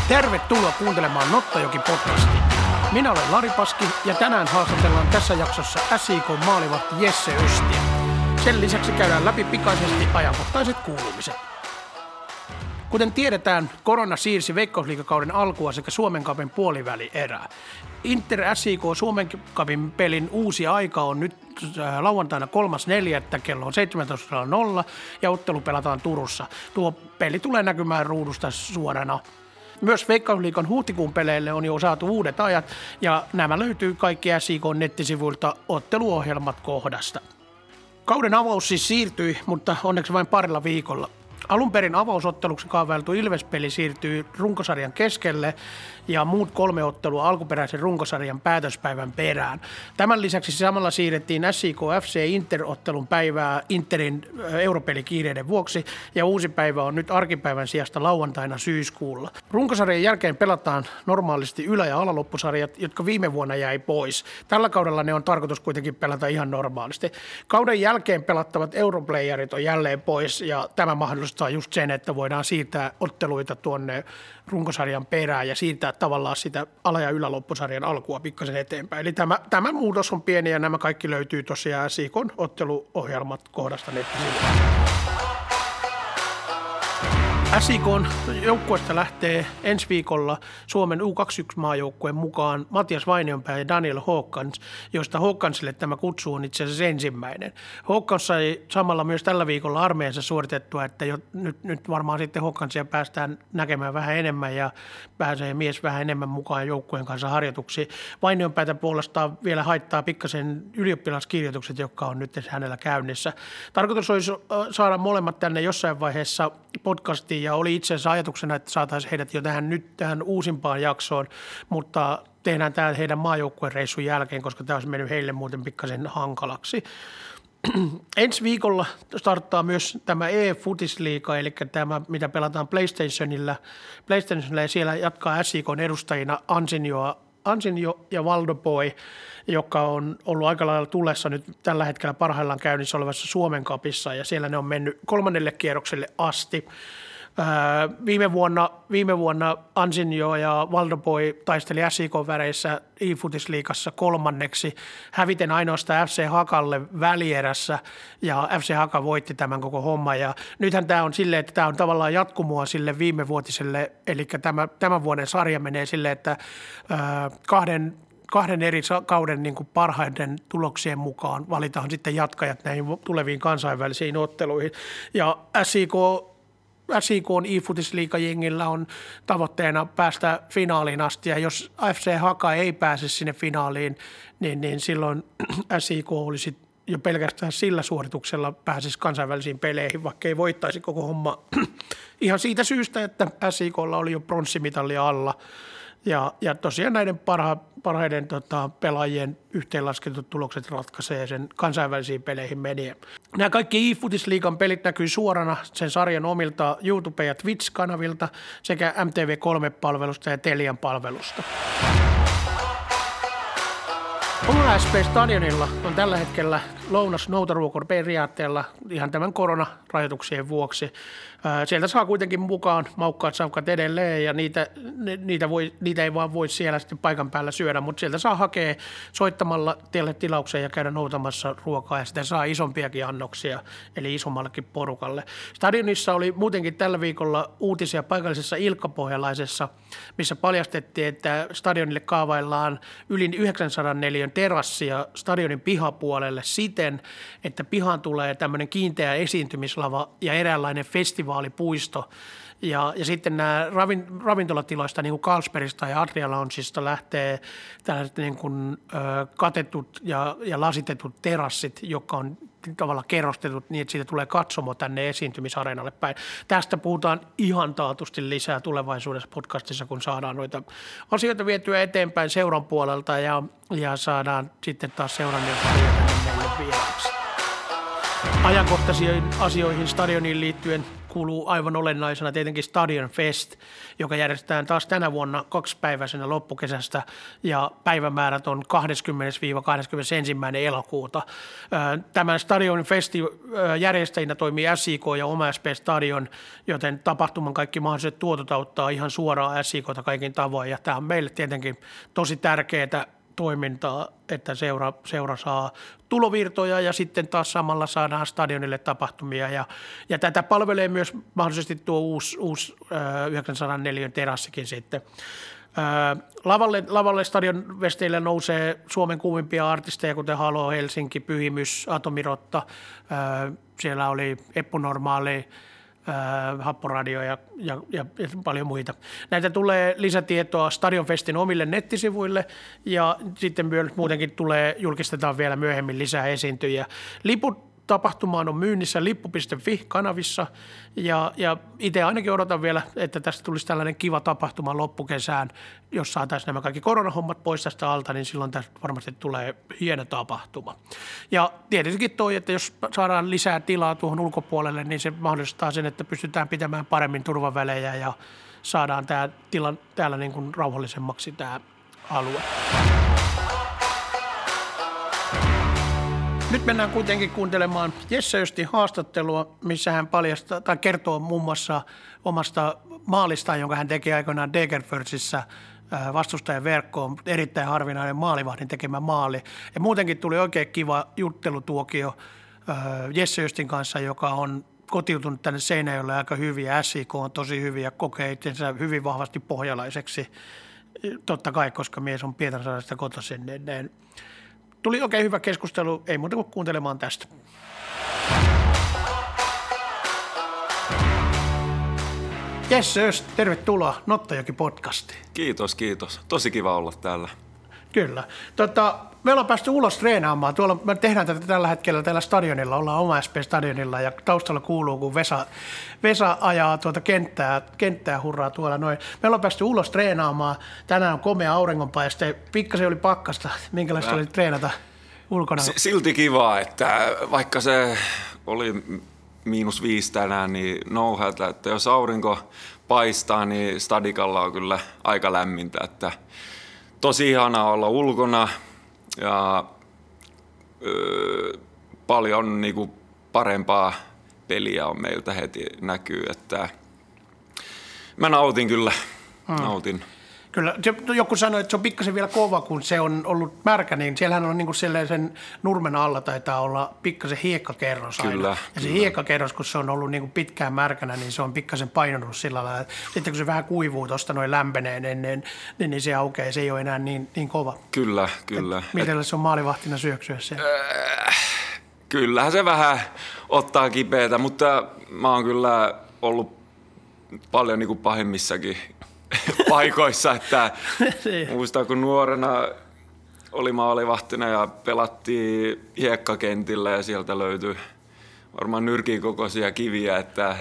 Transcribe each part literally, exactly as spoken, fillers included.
Tervetuloa kuuntelemaan Nottajoki-podcastia. Minä olen Lari Paski ja tänään haastatellaan tässä jaksossa S I K:n maalivahti Jesse Östiä. Sen lisäksi käydään läpi pikaisesti ajankohtaiset kuulumiset. Kuten tiedetään, korona siirsi Veikkausliigakauden alkua sekä Suomen Cupin puolivälierää. Inter S I K Suomen Cupin pelin uusi aika on nyt lauantaina kolmas neljättä kello seitsemäntoista nolla nolla ja ottelu pelataan Turussa. Tuo peli tulee näkymään ruudusta suorana. Myös Veikkausliigan huhtikuun peleille on jo saatu uudet ajat ja nämä löytyy kaikki S I K:n nettisivuilta otteluohjelmat kohdasta. Kauden avaus siis siirtyi, mutta onneksi vain parilla viikolla. Alun perin avausotteluksi kaavailtu Ilves-peli siirtyy runkosarjan keskelle ja muut kolme ottelua alkuperäisen runkosarjan päätöspäivän perään. Tämän lisäksi samalla siirrettiin S I K F C Inter-ottelun päivää Interin europelikiireiden vuoksi ja uusi päivä on nyt arkipäivän sijasta lauantaina syyskuulla. Runkosarjan jälkeen pelataan normaalisti ylä- ja alaloppusarjat, jotka viime vuonna jäi pois. Tällä kaudella ne on tarkoitus kuitenkin pelata ihan normaalisti. Kauden jälkeen pelattavat europlayerit on jälleen pois ja tämä mahdollistaa just sen, että voidaan siirtää otteluita tuonne runkosarjan perään ja siirtää tavallaan sitä ala- ja yläloppusarjan alkua pikkasen eteenpäin. Eli tämä, tämä muutos on pieni ja nämä kaikki löytyy tosiaan S I K:n otteluohjelmat kohdasta nettisivuilta. S I K:n joukkueesta lähtee ensi viikolla Suomen U kaksikymmentäyksi-maajoukkueen mukaan Matias Vainionpää ja Daniel Håkans, joista Håkansille tämä kutsu on itse asiassa ensimmäinen. Håkans sai samalla myös tällä viikolla armeijansa suoritettua, että jo, nyt, nyt varmaan sitten Håkansia päästään näkemään vähän enemmän ja pääsee mies vähän enemmän mukaan joukkueen kanssa harjoituksiin. Vainionpäätä puolestaan vielä haittaa pikkasen ylioppilaskirjoitukset, jotka on nyt hänellä käynnissä. Tarkoitus olisi saada molemmat tänne jossain vaiheessa podcastiin ja oli itse asiassa ajatuksena, että saataisiin heidät jo tähän nyt tähän uusimpaan jaksoon, mutta tehdään tämä heidän maajoukkueen reissun jälkeen, koska tämä olisi mennyt heille muuten pikkasen hankalaksi. Ensi viikolla starttaa myös tämä e-futisliiga, eli tämä, mitä pelataan PlayStationilla. PlayStationilla ja siellä jatkaa S I K:n edustajina Ansinjoa Ansinjo ja Valdoboy, joka on ollut aika lailla tulessa nyt tällä hetkellä parhaillaan käynnissä olevassa Suomen Cupissa, ja siellä ne on mennyt kolmannelle kierrokselle asti. Ää, viime vuonna, viime vuonna Ansinjo ja Valdoboy taisteli S I K-väreissä e-futisliigassa kolmanneksi, häviten ainoastaan F C Hakalle välierässä, ja F C Haka voitti tämän koko homman. Ja nythän tämä on silleen, että tämä on tavallaan jatkumoa sille viimevuotiselle, eli tämä, tämän vuoden sarja menee silleen, että ää, kahden kahden eri kauden niin kuin parhaiden tuloksien mukaan valitaan sitten jatkajat näihin tuleviin kansainvälisiin otteluihin. Ja S I K S I K:n e-futisliigajengillä on tavoitteena päästä finaaliin asti, ja jos F C Haka ei pääse sinne finaaliin, niin, niin silloin S I K olisi jo pelkästään sillä suorituksella pääsisi kansainvälisiin peleihin, vaikka ei voittaisi koko homma ihan siitä syystä, että S I K:lla oli jo pronssimitallia alla. Ja, ja tosiaan näiden parha, parhaiden tota, pelaajien yhteenlasketut tulokset ratkaisee sen kansainvälisiin peleihin menien. Nämä kaikki e-futisliigan pelit näkyy suorana sen sarjan omilta YouTube- ja Twitch-kanavilta sekä M T V kolme-palvelusta ja Telian palvelusta. Oula S P-stadionilla on tällä hetkellä lounas noutaruokon periaatteella ihan tämän koronarajoituksien vuoksi. Sieltä saa kuitenkin mukaan maukkaat savkat edelleen ja niitä, niitä, voi, niitä ei vaan voi siellä sitten paikan päällä syödä, mutta sieltä saa hakea soittamalla teille tilaukseen ja käydä noutamassa ruokaa ja sitä saa isompiakin annoksia, eli isommallekin porukalle. Stadionissa oli muutenkin tällä viikolla uutisia paikallisessa Ilkka-Pohjalaisessa, missä paljastettiin, että stadionille kaavaillaan yli yhdeksänsadan neliön terassia stadionin pihapuolelle siten, että pihaan tulee tämmöinen kiinteä esiintymislava ja eräänlainen festivaalipuisto. Ja, ja sitten nämä ravin, ravintolatiloista, niin kuin Carlsbergista ja Adria Loungeista lähtee tällaiset niin kuin, ö, katetut ja, ja lasitetut terassit, jotka on tavallaan kerrostetut niin, että siitä tulee katsomo tänne esiintymisareenalle päin. Tästä puhutaan ihan taatusti lisää tulevaisuudessa podcastissa, kun saadaan noita asioita vietyä eteenpäin seuran puolelta ja, ja saadaan sitten taas seuran meille vieraksi. Ajankohtaisiin asioihin stadioniin liittyen kuuluu aivan olennaisena tietenkin Stadion Fest, joka järjestetään taas tänä vuonna kaksipäiväisenä loppukesästä ja päivämäärät on kahdeskymmenes kahdeskymmenesensimmäinen elokuuta. Tämän Stadion Festin järjestäjinä toimii S I K ja Oma S P Stadion, joten tapahtuman kaikki mahdolliset tuotot auttaa ihan suoraan S I K:ta kaikin tavoin ja tämä on meille tietenkin tosi tärkeää toimintaa, että seura, seura saa tulovirtoja ja sitten taas samalla saadaan stadionille tapahtumia. Ja, ja tätä palvelee myös mahdollisesti tuo uusi, uusi yhdeksänsadanneljä terassikin sitten. Ää, lavalle, lavalle Stadion Festille nousee Suomen kuumimpia artisteja, kuten Halo, Helsinki, Pyhimys, Atomirotta. Ää, siellä oli Eppu Normaali, Happoradio ja, ja, ja paljon muita. Näitä tulee lisätietoa Stadion Festin omille nettisivuille ja sitten myös muutenkin tulee, julkistetaan vielä myöhemmin lisää esiintyjiä. Liput tapahtumaan on myynnissä lippu piste fi-kanavissa ja, ja itse ainakin odotan vielä, että tästä tulisi tällainen kiva tapahtuma loppukesään. Jos saataisiin nämä kaikki koronahommat pois tästä alta, niin silloin tästä varmasti tulee hieno tapahtuma. Ja tietenkin toi, että jos saadaan lisää tilaa tuohon ulkopuolelle, niin se mahdollistaa sen, että pystytään pitämään paremmin turvavälejä ja saadaan tämä tila täällä niin kuin rauhallisemmaksi tämä alue. Nyt mennään kuitenkin kuuntelemaan Jesse Östin haastattelua, missä hän paljastaa tai kertoo muun muassa omasta maalistaan, jonka hän teki aikoinaan Degerförsissä vastustajan verkkoon. Erittäin harvinainen maalivahdin tekemä maali. Ja muutenkin tuli oikein kiva juttelutuokio Jesse Östin kanssa, joka on kotiutunut tänne Seinäjoelle aika hyvin. S I K on tosi hyviä, kokee itsensä hyvin vahvasti pohjalaiseksi. Totta kai, koska mies on Pietarsaaresta kotoisin. Niin tuli oikein hyvä keskustelu, ei muuta kuin kuuntelemaan tästä. Jesse Öst, tervetuloa Nottajoki-podcastiin. Kiitos, kiitos. Tosi kiva olla täällä. Kyllä. Tota, me ollaan päästy ulos treenaamaan. Tuolla me tehdään tätä tällä hetkellä täällä stadionilla, ollaan Oma S P-stadionilla ja taustalla kuuluu, kun Vesa, Vesa ajaa tuota kenttää, kenttää hurraa tuolla noin. Me ollaan päästy ulos treenaamaan. Tänään on komea auringonpaiste. Pikkasen oli pakkasta. Minkälaista oli treenata ulkona? Silti kiva, että vaikka se oli miinus viisi tänään, niin no hätä, että jos aurinko paistaa, niin stadikalla on kyllä aika lämmintä, että tosi ihanaa olla ulkona ja öö, paljon niinku parempaa peliä on meiltä heti näkyy, että mä nautin kyllä, hmm. nautin. Kyllä, joku sanoi, että se on pikkasen vielä kova, kun se on ollut märkä, niin siellähän on niin kuin sen nurmen alla taitaa olla pikkasen hiekkakerros aina. Kyllä, ja se kyllä. hiekkakerros, kun se on ollut niin kuin pitkään märkänä, niin se on pikkasen painonut sillä lailla. Sitten kun se vähän kuivuu tuosta noin lämpeneen ennen, niin, niin se aukeaa, se ei ole enää niin, niin kova. Kyllä, kyllä. Et miten Et... se on maalivahtina syöksyä siellä? Äh, kyllähän se vähän ottaa kipeätä, mutta mä oon kyllä ollut paljon niin kuin pahimmissakin paikoissa, että muistan kun nuorena oli maalivahtina ja pelattiin hiekkakentillä ja sieltä löytyi varmaan nyrkin kokoisia kiviä, että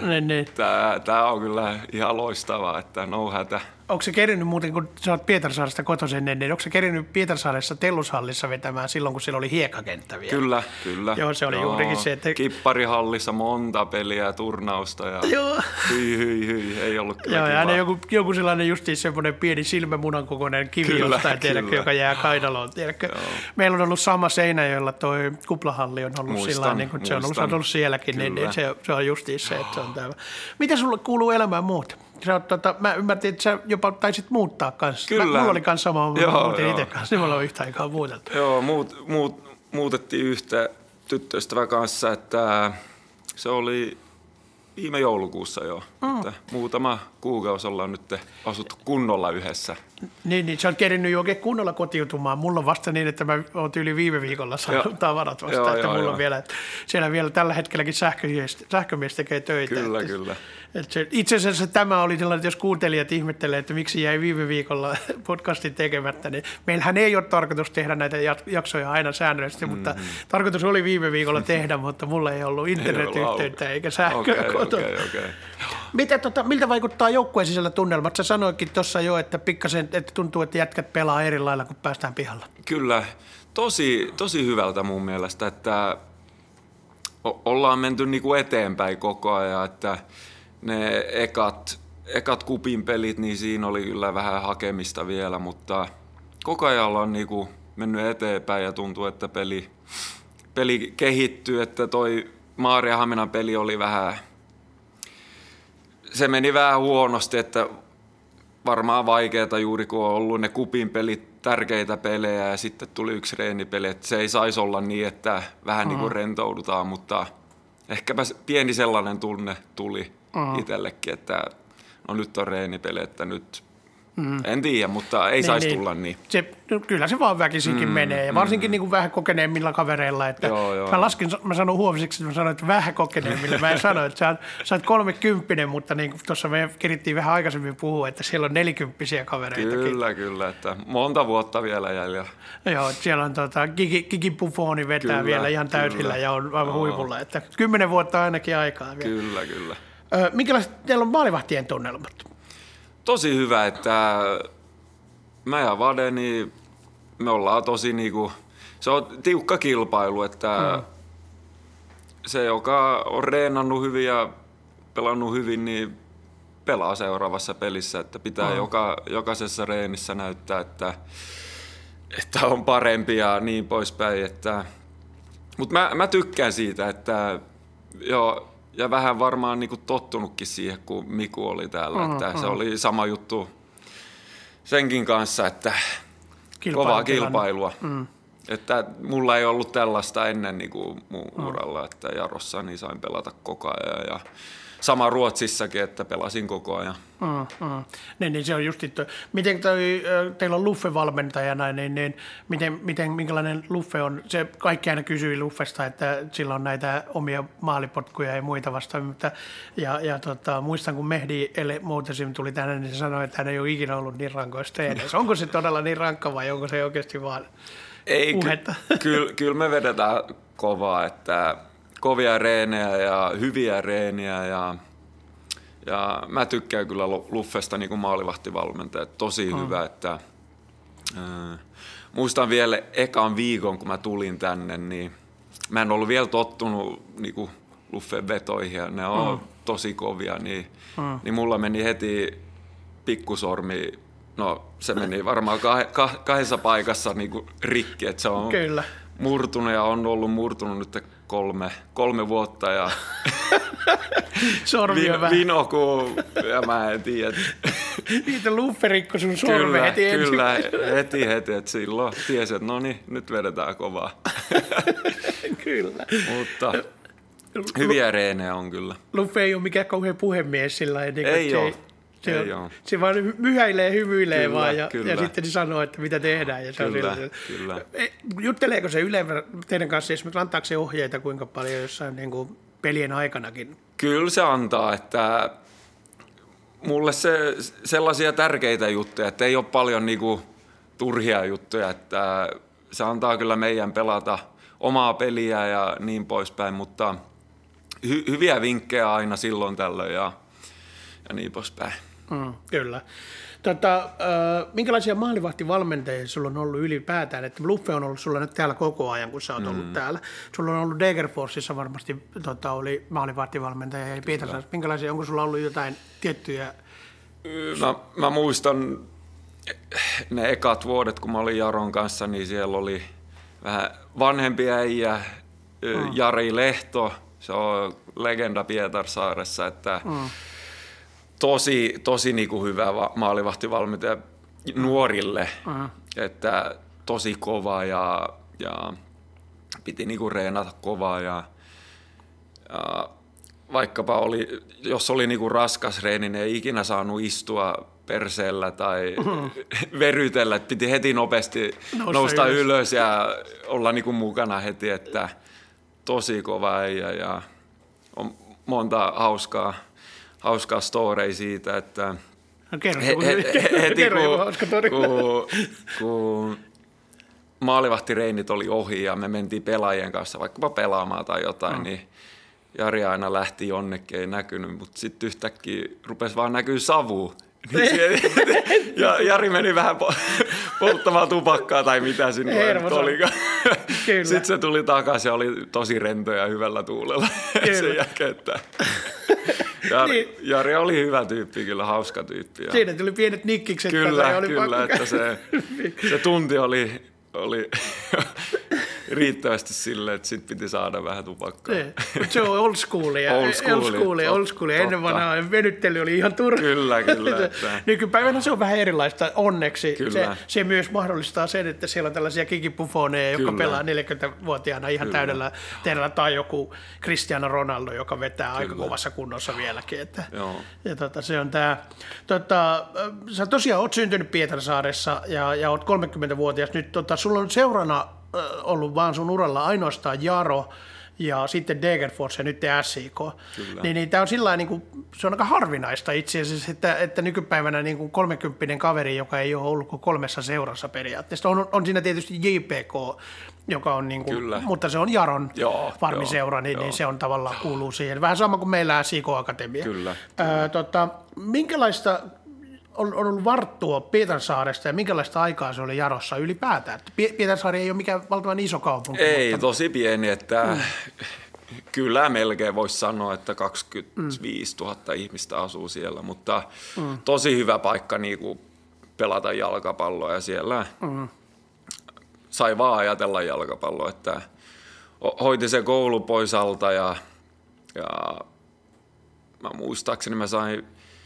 tämä on kyllä ihan loistavaa, että no hätä. Onko se kerinyt muuten, kun sä oot Pietarsaaresta kotoisin, niin onko se kerinyt Pietarsaaressa Tellushallissa vetämään silloin, kun siellä oli hiekkakenttä vielä? Kyllä, kyllä. Joo, se oli Joo, juurikin se, että... Kipparihallissa monta peliä ja turnausta ja Joo. hyi, hyi, hyi, ei ollut kyllä Joo, kivaa. ja aina joku, joku sellainen justiin semmoinen pieni silmämunan kokoinen kivi kyllä, jostain, tiedätkö, joka jää kainaloon, tiedätkö. Meillä on ollut sama Seinäjoella, toi Kuplahalli on ollut muistan, sillä niin kuin se on ollut, ollut sielläkin, niin, niin se, se on justiin se, että se on tämä. Mitä sulle kuuluu elämään muuta? Sä oot, tota, mä ymmärtin, että sä jopa taisit muuttaa kanssa. Kyllä. Mä, mulla oli kanssa sama, mutta mä muutin itse kanssa, niin me ollaan yhtä aikaa muuteltu. Joo, muut, muut, muutettiin yhtä tyttöystävän kanssa, että se oli viime joulukuussa jo. Mm. Että muutama kuukausi ollaan nyt asuttu kunnolla yhdessä. Niin, niin sä oot kerinyt jo oikein kunnolla kotiutumaan. Mulla on vasta niin, että mä oon yli viime viikolla saanut tavarat vasta, joo, että joo, mulla joo. on vielä, että siellä vielä tällä hetkelläkin sähkömies, sähkömies tekee töitä. Kyllä, että, kyllä. Että se, itse asiassa tämä oli sellainen, että jos kuuntelijat ihmettelee, että miksi jäi viime viikolla podcastin tekemättä, niin meillähän ei ole tarkoitus tehdä näitä jaksoja aina säännöllisesti, mm-hmm. mutta tarkoitus oli viime viikolla tehdä, mutta mulla ei ollut internetyhteyttä eikä sähköä okay, kotona. Okay, okay. Mitä, tota, miltä vaikuttaa joukkueen sisällä tunnelmat? Sä sanoikin tuossa jo, että pikkasen että tuntuu, että jätkät pelaa eri lailla, kun päästään pihalla. Kyllä. Tosi, tosi hyvältä mun mielestä, että ollaan menty niinku eteenpäin koko ajan, että ne ekat, ekat kupin pelit, niin siinä oli kyllä vähän hakemista vielä, mutta koko ajan ollaan niinku mennyt eteenpäin ja tuntuu, että peli, peli kehittyy, että toi Maarianhaminan peli oli vähän, se meni vähän huonosti, että varmaan vaikeaa juuri kun on ollut ne kupin pelit tärkeitä pelejä ja sitten tuli yksi reenipeli, että se ei saisi olla niin, että vähän mm. niin kuin rentoudutaan, mutta ehkäpä pieni sellainen tunne tuli mm. itsellekin, että no nyt on reenipeli, että nyt mm. en tiedä, mutta ei niin, saisi niin. tulla niin. Se, no, kyllä se vaan väkisinkin mm, menee ja varsinkin mm. niin kuin vähän kokeneemmilla kavereilla, että joo, joo. mä laskin, mä sanon huomisiksi, että mä sanoin, että vähän kokeneemmilla, mä en sano, että sä, sä oot kolmekymppinen, mutta niin kuin tuossa me kerittiin vähän aikaisemmin puhua, että siellä on nelikymppisiä kavereitakin. Kyllä, kyllä, että monta vuotta vielä jäljellä. Joo, siellä on tota, Gigi, Gigi Buffoni vetää kyllä, vielä ihan täysillä kyllä. ja on aivan huipulla, että kymmenen vuotta ainakin aikaa vielä. Kyllä, kyllä. Ö, minkälaiset teillä on maalivahtien tunnelmat? Tosi hyvä, että mä ja Vade, niin me ollaan tosi niinku, se on tiukka kilpailu, että mm. se, joka on reenannut hyvin ja pelannut hyvin, niin pelaa seuraavassa pelissä, että pitää mm. joka, jokaisessa reenissä näyttää, että, että on parempi ja niin poispäin. Että, mutta mä, mä tykkään siitä, että joo, ja vähän varmaan niinku tottunutkin siihen, kun Miku oli täällä. Mm, että mm. Se oli sama juttu senkin kanssa, että kovaa kilpailua. Mm. Että mulla ei ollut tällaista ennen niinku mun mm. uralla, että Jarossa niin sain pelata koko ajan. Ja sama Ruotsissakin, että pelasin koko ajan. Mm, mm. Niin, niin se on just itse. Miten toi, teillä on Luffe-valmentajana, niin, niin miten, miten, minkälainen Luffe on? Se kaikki aina kysyi Luffesta, että sillä on näitä omia maalipotkuja ja muita vastaan. Mutta, ja ja tota, muistan, kun Mehdi Moutasim tuli tänne, niin se sanoi, että hän ei ole ikinä ollut niin rankoista edessä. Onko se todella niin rankka vai onko se oikeasti vaan ei, puhetta? Ky- kyllä, kyllä me vedetään kovaa, että kovia reenejä ja hyviä reenejä ja, ja mä tykkään kyllä Luffesta niin kuin maalivahtivalmentaja, tosi mm. hyvä, että äh, muistan vielä ekan viikon, kun mä tulin tänne, niin mä en ollut vielä tottunut niin kuin Luffen vetoihin ja ne on mm. tosi kovia, niin, mm. niin mulla meni heti pikkusormi, no se meni varmaan kah, kah, kahdessa paikassa niin kuin rikki, että se on kyllä. murtunut ja on ollut murtunut nyt kolme, kolme vuotta ja sormi on vin, vinokuu ja mä en tiedä. Niitä Luffe-rikko sun sorme kyllä, heti Kyllä, heti heti, että silloin tiesi, että no niin, nyt vedetään kovaa. Kyllä. Mutta hyviä reenejä on kyllä. Luffe ei ole mikään kauhean puhemies sillä ei, ei ole. Se, ei on, se vaan myhäilee, hymyilee kyllä, vaan ja, kyllä. ja sitten se sanoo, että mitä tehdään. Ja se kyllä, on kyllä. Jutteleeko se Yle teidän kanssa, esimerkiksi antaako se ohjeita kuinka paljon jossain niin kuin pelien aikanakin? Kyllä se antaa, että mulle se sellaisia tärkeitä juttuja, että ei ole paljon niin kuin turhia juttuja, että se antaa kyllä meidän pelata omaa peliä ja niin poispäin, mutta hy- hyviä vinkkejä aina silloin tällöin ja, ja niin poispäin. Mm, kyllä. Tota, äh, minkälaisia maalivahtivalmentajia sulla on ollut ylipäätään? Että Luffe on ollut sulla nyt täällä koko ajan, kun sä oot ollut mm. täällä. Sulla on ollut Degerforsissa varmasti tota, oli maalivahtivalmentaja ja Pietarsaaressa. Minkälaisia, onko sulla ollut jotain tiettyjä? Mä, mä muistan ne ekat vuodet, kun mä olin Jaron kanssa, niin siellä oli vähän vanhempi äijä, mm. Jari Lehto. Se on legenda Pietarsaaressa, että mm. tosi, tosi niin kuin hyvä maalivahtivalmentaja nuorille, mm. että tosi kova ja, ja piti niin kuin reenata kovaa ja, ja vaikkapa oli, jos oli niin kuin raskas reeni, niin ei ikinä saanut istua perseellä tai mm. verytellä, että piti heti nopeasti nousta, nousta ylös. ylös ja olla niin kuin mukana heti, että tosi kova äijä ja on monta hauskaa hauskaa story siitä, että no, kerro, he, he, he, heti kun, kun, kun maalivahtireinit oli ohi ja me mentiin pelaajien kanssa vaikkapa pelaamaan tai jotain, mm. niin Jari aina lähti jonnekin, ei näkynyt, mutta sitten yhtäkkiä rupesi vaan näkyy savu. Ja Jari meni vähän polttamaan tupakkaa tai mitä sinne olikaan. Sitten se tuli takaisin ja oli tosi rento ja hyvällä tuulella sen jälkeen, että Jari, niin. Jari oli hyvä tyyppi, kyllä hauska tyyppi. Ja... Siinä tuli pienet nikkikset. Kyllä, oli kyllä että se, se tunti oli, oli riittävästi silleen, että sit piti saada vähän tupakkaa. Ne, mutta se on old schoolia. Old schoolia, old schoolia, old schoolia. Ennen vanhaa venyttely oli ihan turha. Kyllä, kyllä. Että... Nykypäivänä se on vähän erilaista, onneksi. Kyllä. Se, se myös mahdollistaa sen, että siellä on tällaisia kikipufoneja, jotka Kyllä. pelaa neljäkymmentävuotiaana ihan kyllä. täydellä terällä, tai joku Cristiano Ronaldo, joka vetää kyllä. aika kovassa kunnossa vieläkin. Että, ja tota, se on tää, tota, sä tosiaan oot syntynyt Pietarsaaressa ja, ja oot kolmekymmentävuotias nyt. Tota, sulla on seurana ollut vaan sun uralla ainoastaan Jaro ja sitten Degerfors ja nyt S I K. Niin, niin tämä on sillä niin kuin, se on aika harvinaista itse asiassa, että, että nykypäivänä niin kuin kolmekymppinen kaveri, joka ei ole ollut kuin kolmessa seurassa periaatteessa. On, on siinä tietysti J P K, joka on niin kuin, mutta se on Jaron joo, farmiseura, niin, niin se on tavallaan kuuluu siihen. Vähän sama kuin meillä S I K-akatemia. Kyllä. Ää, tota, minkälaista on, on ollut varttua Pietarsaaresta ja minkälaista aikaa se oli Jarossa ylipäätään? Pietarsaari ei ole mikään valtavan iso kaupunki. Ei, mutta... tosi pieni, että mm. kyllä melkein voisi sanoa, että kaksikymmentäviisituhatta mm. ihmistä asuu siellä, mutta mm. tosi hyvä paikka niin kuin pelata jalkapalloa ja siellä mm. sai vaan ajatella jalkapalloa, että hoiti se koulu pois alta ja, ja mä muistaakseni mä sain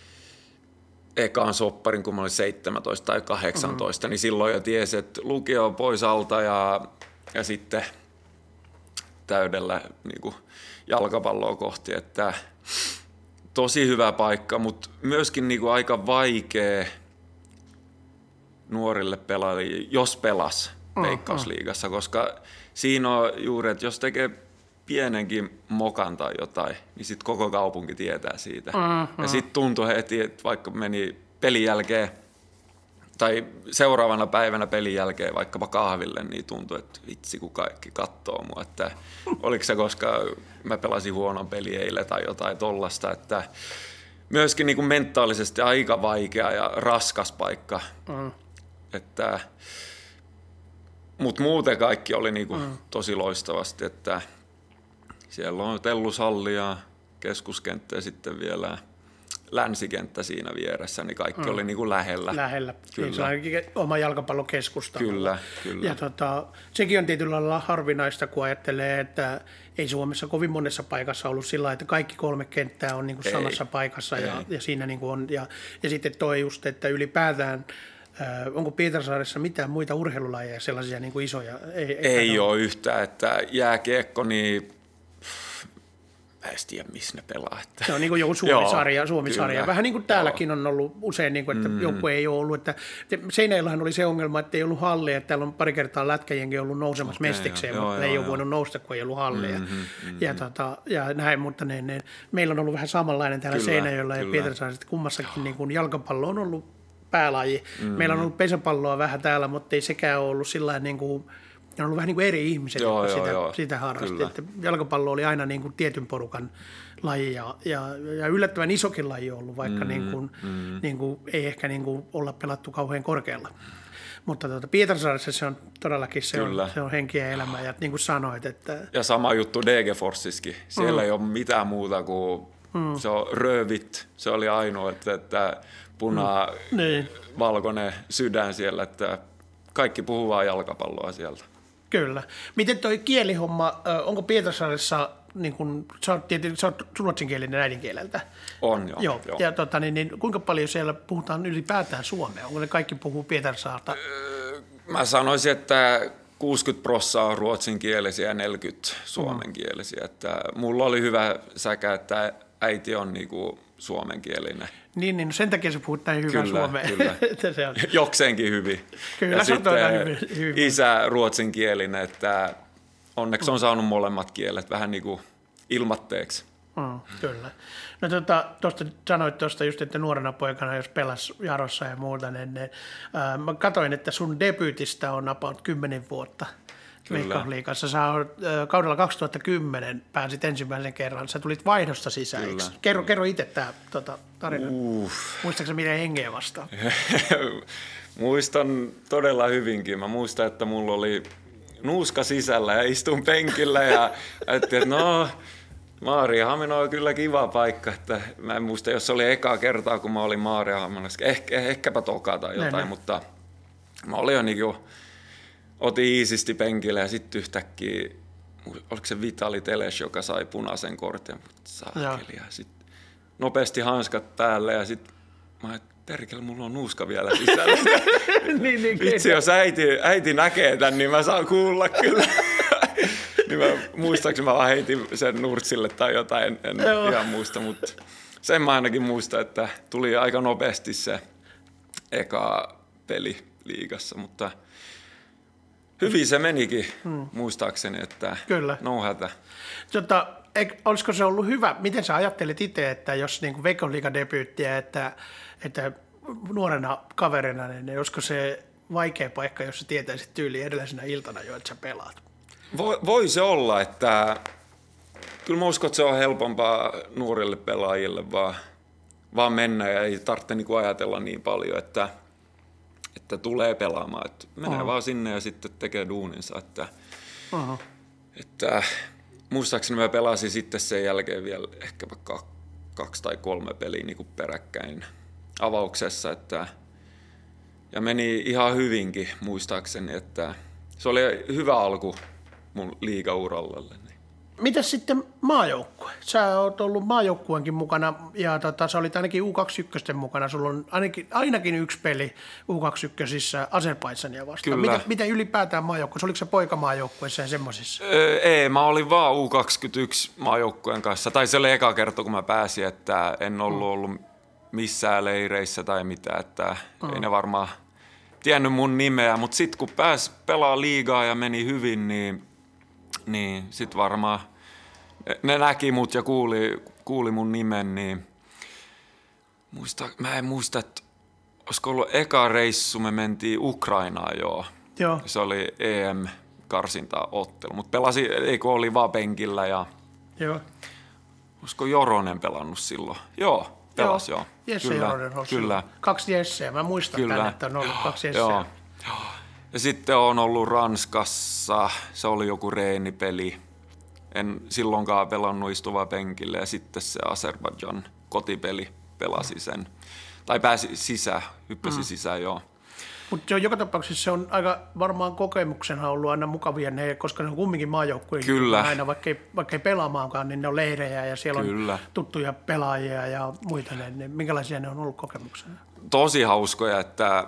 ekaan sopparin, kun mä olin seitsemäntoista tai kahdeksantoista, mm-hmm. niin silloin jo tiesi, että lukio on pois alta ja, ja sitten täydellä niin kuin jalkapalloa kohti. Että tosi hyvä paikka, mutta myöskin niin kuin aika vaikea nuorille pelaajille, jos pelas Veikkausliigassa, koska siinä on juuri, että jos tekee pienenkin mokan tai jotain, niin sitten koko kaupunki tietää siitä. Mm-hmm. Ja sitten tuntui heti, että vaikka meni pelin jälkeen tai seuraavana päivänä pelin jälkeen vaikkapa kahville, niin tuntui, että vitsi kun kaikki katsoo mua. Että oliko se, koska mä pelasin huonon peli eilen tai jotain tollasta. Että myöskin niin kuin mentaalisesti aika vaikea ja raskas paikka. Mm. Että, mutta muuten kaikki oli niin kuin mm. tosi loistavasti, että siellä on tellusalli ja keskuskenttä ja sitten vielä länsikenttä siinä vieressä, niin kaikki mm. oli niin kuin lähellä. Lähellä. Kyllä. Se on ainakin oma jalkapallokeskusta. Kyllä, kyllä. Ja tota, sekin on tietyllä lailla harvinaista, kun ajattelee, että ei Suomessa kovin monessa paikassa ollut sillä lailla, että kaikki kolme kenttää on niin kuin samassa paikassa ja, ja siinä niin kuin on. Ja, ja sitten toi just, että ylipäätään äh, onko Pietarsaaressa mitään muita urheilulajeja sellaisia niin kuin isoja? Ei, ei ole yhtään, että jääkiekko, niin mä en tiedä, missä ne pelaa. Että. Se on niin kuin joku Suomi-sarja, Suomi-sarja. Vähän niin kuin täälläkin on ollut usein, niin kuin, että mm. joku ei ole ollut. Että Seinäjoellahan oli se ongelma, että ei ollut hallia. Että täällä on pari kertaa lätkäjengi ollut nousemassa okay, mestikseen, joo, mutta joo, ne ei joo. ole voinut nousta, kun ei ollut hallia. Mm-hmm, mm-hmm. Ja, tota, ja näin, mutta ne, ne, meillä on ollut vähän samanlainen täällä kyllä, Seinäjoella ja Pietarsaaressa. Kummassakin niin kuin jalkapallo on ollut päälaji. Mm-hmm. Meillä on ollut pesäpalloa vähän täällä, mutta ei sekään ole ollut sillä niin kuin on ollut vähän niin kuin eri ihmiset, joo, jotka joo, sitä, joo. sitä harrasti. Että jalkapallo oli aina niin kuin tietyn porukan laji ja, ja, ja yllättävän isokin laji ollut, vaikka mm, niin kuin, mm. niin kuin, ei ehkä niin kuin olla pelattu kauhean korkealla. Mutta tuota, Pietarsaaressa se on todellakin se on, se on henki ja elämä. Ja niin kuin sanoit, että... Ja sama juttu Degerforsissakin. Siellä mm. ei ole mitään muuta kuin mm. se on röövit. Se oli ainoa, että, että puna, mm. niin. valkoinen sydän siellä, että kaikki puhuu vaan jalkapalloa sieltä. Kyllä. Miten toi kielihomma, onko Pietarsaaressa, niin kun, sä oot tietysti sä oot ruotsinkielinen äidinkieleltä? On, joo. joo. joo. Ja tota, niin, niin, kuinka paljon siellä puhutaan ylipäätään suomea? Onko ne kaikki puhuu Pietarsaarta? Öö, mä sanoisin, että kuusikymmentä prosenttia on ruotsinkielisiä ja neljäkymmentä suomenkielisiä. Mm. Että mulla oli hyvä säkä, että äiti on niinku suomenkielinen. Niin, niin, sen takia sä puhut näin hyvää kyllä, suomea. Kyllä, se on. Jokseenkin hyvin. Kyllä, ja sitten hyvin, hyvin. Isä ruotsinkielinen, että onneksi on saanut molemmat kielet vähän niin kuin ilmatteeksi. Mm, kyllä. No tuosta tota, sanoit tuosta just, että nuorena poikana, jos pelas Jarossa ja muuta, niin ne, ää, mä katsoin, että sun debyytistä on about kymmenen vuotta. Veikkausliigassa. Sä oot, äh, kaudella kaksituhattakymmenen pääsit ensimmäisen kerran. Sä tulit vaihdosta sisään. Kerro, kerro itse tämä tota, tarina. Uh. Muistatko miten hengeä vastaan? Muistan todella hyvinkin. Mä muistan, että mulla oli nuuska sisällä ja istun penkillä ja ajattelin, että no, Maarianhamina on kyllä kiva paikka, että mä en muista, jos se oli ekaa kertaa, kun mä olin Maarianhaminassa. Eh, ehkäpä toka tai jotain, Näin. mutta mä olin jo niin otin iisisti penkille ja sitten yhtäkkiä, oliko se Vitali Teles, joka sai punaisen kortin, mutta saakeli. Ja sitten nopeasti hanskat päälle ja sitten mä et, perkele, mulla on nuuska vielä sisällä. niin, niin, Vitsi, jos äiti, äiti näkee tän, niin mä saan kuulla kyllä. niin mä, muistaakseni mä vaan heitin sen nurtsille tai jotain, en, en ihan muista, mutta sen mä ainakin muistan, että tuli aika nopeasti se eka peli liigassa, mutta hyvin se menikin, hmm. muistaakseni, että Kyllä. no hätä. Tota, olisiko se ollut hyvä, miten sä ajattelit itse, että jos niin Veikkausliigan debyyttiä, että, että nuorena kaverina, niin olisiko se vaikea paikka, jos sä tietäisit tyyliin edellisenä iltana jo, että sä pelaat? Voi, voi se olla, että kyllä mä uskon, että se on helpompaa nuorille pelaajille vaan, vaan mennä ja ei tarvitse niin ajatella niin paljon, että että tulee pelaamaan, että menee uh-huh. vaan sinne ja sitten tekee duuninsa, että, uh-huh. että muistaakseni mä pelasin sitten sen jälkeen vielä ehkä vaikka kaksi tai kolme peliä niin kuin peräkkäin avauksessa, että ja meni ihan hyvinkin muistaakseni, että se oli hyvä alku mun liigauralle. Mitäs sitten maajoukkue? Sä oot ollut maajoukkueenkin mukana ja tota, sä olit ainakin U kaksikymmentäyksi mukana. Sulla on ainakin, ainakin yksi peli U kaksikymmentäyksi Azerbaidžania vastaan. Miten, miten ylipäätään maajoukkueessa? Oliko se poikamaajoukkueessa ja semmoisissa? Öö, ei, mä olin vaan U kaksikymmentäyksi maajoukkueen kanssa. Tai se oli eka kerta, kun mä pääsin, että en ollut mm. ollut missään leireissä tai mitään. Että mm. ei ne varmaan tiennyt mun nimeä. Mutta sitten kun pääsi pelaamaan liigaa ja meni hyvin, niin, niin sitten varmaan ne näki mut ja kuuli, kuuli mun nimen, niin muista, mä en muista, että olisiko ollut eka reissu, me mentiin Ukrainaan joo. joo. Se oli E M-karsintaottelu, mutta pelasi, eikö oli vaan penkillä ja joo. olisiko Joronen pelannut silloin? Joo, pelasi joo. joo. Jesse kyllä, Joronen on kyllä. Kaksi Jesseä, mä muistan kyllä. Tänne, että on ollut kaksi Jesseä. Joo. Ja sitten on ollut Ranskassa, se oli joku reenipeli. En silloinkaan pelannut istuvaa penkille ja sitten se Azerbaidžan kotipeli pelasi sen. Tai pääsi sisään, hyppäsi mm. sisään, joo. Mutta joka tapauksessa se on aika varmaan kokemuksena ollut aina mukavia ne, koska ne on kumminkin maajoukkuja. Kyllä. Aina vaikka ei, vaikka ei pelaamaankaan, niin ne on leirejä ja siellä Kyllä. on tuttuja pelaajia ja muita. Niin minkälaisia ne on ollut kokemuksena? Tosi hauskoja, että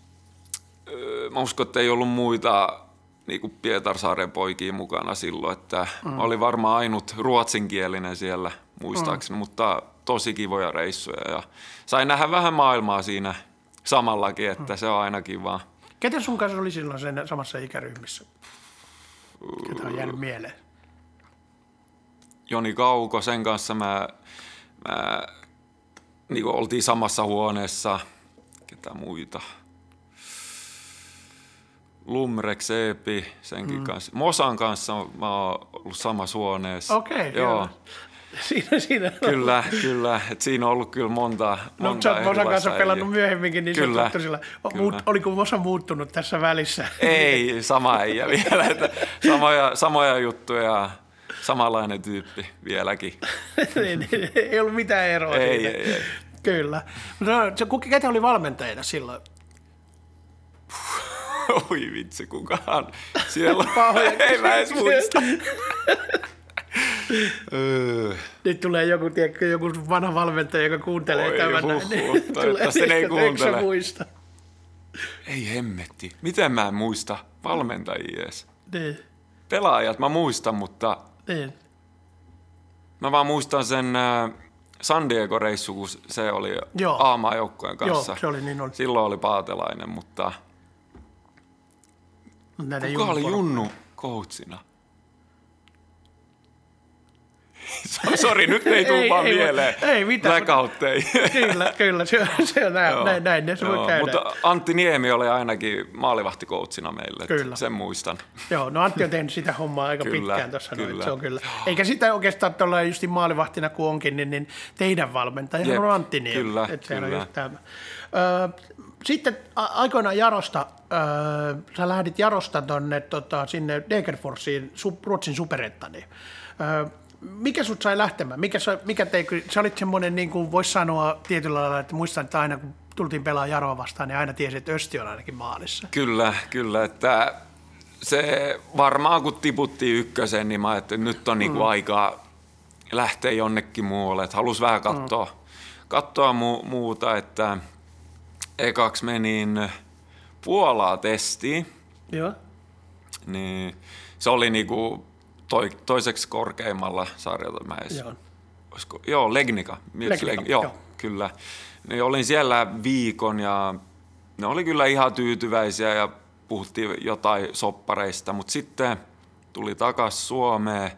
mä uskon, että ei ollut muita niin kuin Pietarsaaren poikia mukana silloin, että mm. oli varmaan ainut ruotsinkielinen siellä muistaakseni, mm. mutta tosi kivoja reissuja ja sain nähdä vähän maailmaa siinä samallakin, että mm. se on aina kivaa. Ketä sun kanssa oli silloin sen samassa ikäryhmissä? Ketä on jäänyt mieleen? Joni Kauko, sen kanssa mä, mä niin kuin oltiin samassa huoneessa. Ketä muita? Lumrex, Eepi, senkin mm. kanssa. Mosan kanssa mä oon ollut samassa huoneessa. Okei, okay, joo. Siinä, siinä kyllä, kyllä. Et siinä on ollut kyllä monta, monta no, sä oot Mosan kanssa pelannut myöhemminkin, niin kyllä, se on sillä. Muut, oliko Mosa muuttunut tässä välissä? Ei, sama äijä vielä. Että samoja, samoja juttuja, samanlainen tyyppi vieläkin. Ei ollut mitään eroa ei, siitä. Ei, ei. Kyllä. No, ketä oli valmentajana silloin? Oi vitsi, kukaan siellä on. Ei mä edes muista. Nyt tulee joku, tiedätkö, joku vanha valmentaja, joka kuuntelee Oi, tämän. Huh, huh. Toivottavasti ne ei kuuntele. Muista? Ei hemmetti. Miten mä en muista valmentajia edes? Niin. Pelaajat mä muistan, mutta niin. Mä vaan muistan sen äh, San Diego-reissu, kun se oli A-maajoukkojen kanssa. Joo, se oli niin oli. Silloin oli Paatelainen, mutta Näitä kuka oli Junnu coachina? Sori, nyt ei tule vaan mieleen. Ei mitään. Blackoutteja. Kyllä, kyllä. Se, se on näin, näin, näin ne se voi käydä. Mutta Antti Niemi oli ainakin maalivahtikoutsinä meille. Kyllä. Sen muistan. Joo, no Antti on tehnyt sitä hommaa aika kyllä, pitkään tuossa. Kyllä. Se on kyllä. Eikä sitä oikeastaan tuolla just maalivahtina kuin onkin, niin, niin teidän valmentaja on Antti Niemi. Kyllä, Et kyllä. Sitten aikoinaan Jarosta, äh, sä lähdit Jarosta tonne, tota, sinne Degerforsiin, su, Ruotsin superettaniin. Äh, mikä sut sai lähtemään? Mikä, mikä tei, sä olit semmoinen, niin kuin voisi sanoa tietyllä lailla, että muistan, että aina kun tultiin pelaa Jarva vastaan, niin aina tiesi, että Östi on ainakin maalissa. Kyllä, kyllä, että se varmaan kun tiputtiin ykkösen, niin mä ajattelin, että nyt on niinku mm. aikaa lähteä jonnekin muualle, että halus vähän katsoa, mm. katsoa mu- muuta, että ekaksi menin Puolaa testiin. Joo. Niin se oli niinku toi, toiseksi korkeimmalla sarjalta mä edes. Joo. Olisiko, joo, Legnica. Legnica, Leg, joo, joo, kyllä. Niin olin siellä viikon ja ne oli kyllä ihan tyytyväisiä ja puhuttiin jotain soppareista, mutta sitten tuli takas Suomeen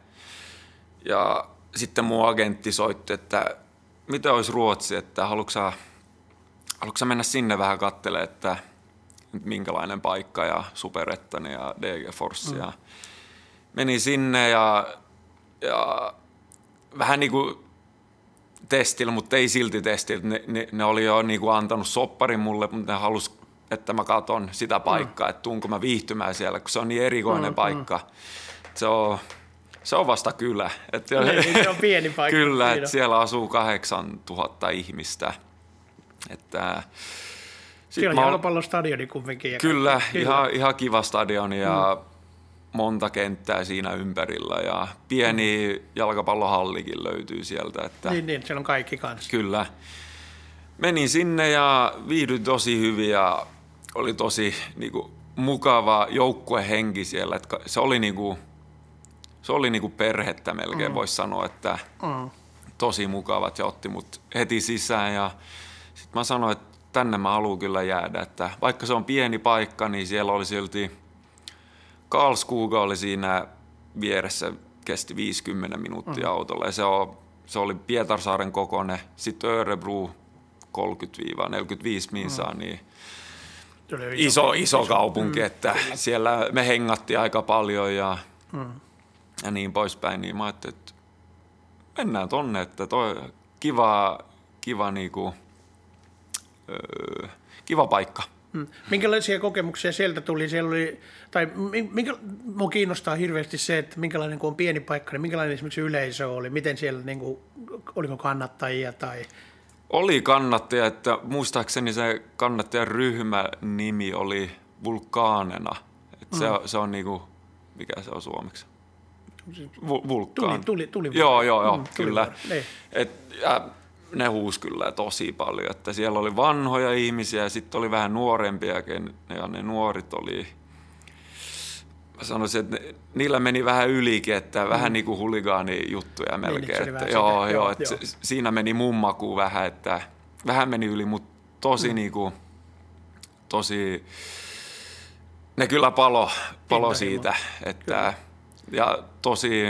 ja sitten mun agentti soitti, että mitä olisi Ruotsi, että haluatko sä, haluatko sä mennä sinne vähän katselemaan, että minkälainen paikka ja Superettan ja D G Force. Mm. Meni sinne ja, ja vähän niin kuin testillä, mutta ei silti testillä. Ne, ne, ne oli jo niin kuin antanut sopparin mulle, mutta ne halusi, että mä katon sitä paikkaa, mm. että tuunko mä viihtymään siellä, kun se on niin erikoinen mm, paikka. Mm. Se, on, se on vasta kylä. Et, niin, se on pieni paikka. Kyllä, että siellä asuu kahdeksantuhatta ihmistä. Että siellä on jalkapallostadioni kumminkin. Kyllä, ihan, ihan kiva stadioni ja mm. monta kenttää siinä ympärillä ja pieni mm. jalkapallohallikin löytyy sieltä. Että niin, niin, siellä on kaikki kanssa. Kyllä. Menin sinne ja viihdyin tosi hyvin ja oli tosi niinku, mukava joukkuehenki siellä. Että se oli, niinku, se oli niinku perhettä melkein, mm. voisi sanoa, että mm. tosi mukavat ja otti mut heti sisään ja sitten mä sanoin, että tänne mä haluan kyllä jäädä, että vaikka se on pieni paikka, niin siellä oli silti, Karlskoga oli siinä vieressä, kesti viisikymmentä minuuttia mm. autolla ja se, on, se oli Pietarsaaren kokoinen, sitten Örebro kolmekymmentä neljäkymmentäviisi minsaa, mm. niin iso, iso, iso kaupunki, mm, että kyllä. Siellä me hengattiin aika paljon ja, mm. ja niin poispäin, niin mä ajattelin, että mennään tonne, että toi kiva, kiva niinku, kiva paikka. Hmm. Minkälaisia kokemuksia sieltä tuli? Siellä oli, tai minkä, minua kiinnostaa hirveästi se, että minkälainen kun on pieni paikka, niin minkälainen esimerkiksi yleisö oli? Miten siellä, niin kuin, oliko kannattajia? Tai oli kannattajia, että muistaakseni se kannattajan ryhmä nimi oli Vulkaanena. Että hmm. se, se on niin kuin, mikä se on suomeksi? Vul- vulkaan. Tuli, tuli, tuli joo, joo, joo, hmm, kyllä. Et, ja, ne huusi kyllä tosi paljon, että siellä oli vanhoja ihmisiä ja sitten oli vähän nuorempiakin ja ne nuorit oli, mä sanoisin, että ne, niillä meni vähän ylikin, että mm. vähän niin kuin huligaanijuttuja melkein. Niin, että, joo, sitä. joo, että joo. Se, siinä meni mun makuun vähän, että vähän meni yli, mutta tosi mm. niin kuin, tosi, ne kyllä palo, palo siitä, että, ja tosi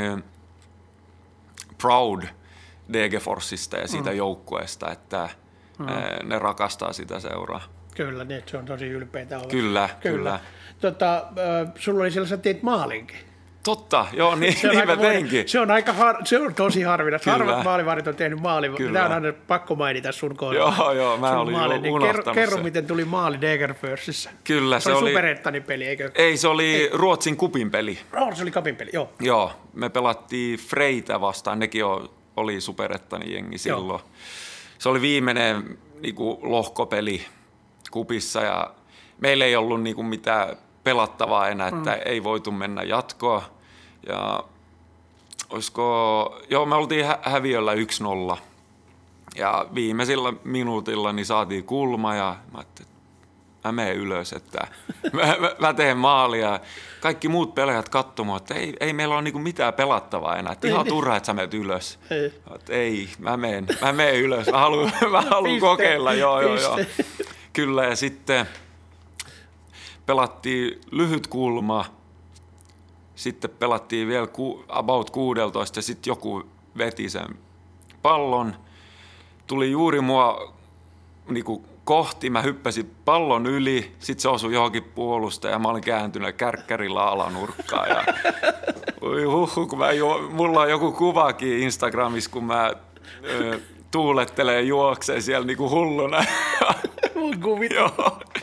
proud D G Forcesta ja siitä mm. joukkueesta, että mm. ne rakastaa sitä seuraa. Kyllä, niin, se on tosi ylpeitä olla. Kyllä, kyllä. kyllä. Tota, äh, sulla oli siellä, sä teit maalinkin. Totta, joo, niin, se on niin mä teinkin. Se on, aika har, se on tosi harvinaista. Harvat maalivahdit on tehnyt maalin. Tämä on aina pakko mainita sun kohdalla. Joo, joo, mä olin jo niin kerro, kerro, miten tuli maali Degerförsissä. Kyllä, se, se oli... oli Superettanin peli, eikö? Ei, se oli Ei. Ruotsin kupin peli. Oh, se oli kapin peli, joo. Joo, me pelattiin Freitä vastaan, nekin oli Superettanin jengi silloin. Joo. Se oli viimeinen niin kuin, lohkopeli kupissa ja meillä ei ollut niin kuin, mitään pelattavaa enää, että mm. ei voitu mennä jatkoa. Ja olisiko, joo, me oltiin hä- häviöllä yksi nolla ja viimeisillä minuutilla niin saatiin kulma ja mä ajattelin, että mä menen ylös, että mä, mä, mä teen maalia. Kaikki muut pelaajat katsomaan, että ei, ei meillä ole niinku mitään pelattavaa enää, että ihan turha, että sä menet ylös. Ei, että ei mä menen, mä menen ylös, mä haluan, mä haluan kokeilla, joo, joo, joo. Kyllä, ja sitten pelattiin lyhyt kulma, sitten pelattiin vielä ku, about kuudeltoista ja sitten joku veti sen pallon. Tuli juuri mua niinku kohti, mä hyppäsin pallon yli, sitten se osui johonkin puolustamaan ja mä olin kääntynyt kärkkärillä alanurkkaan. Ja, ui huhu, kun mä juo, mulla on joku kuvakin Instagramissa, kun mä ö, tuulettelen ja juokseen siellä niinku hulluna. Mun kuvit. Joo.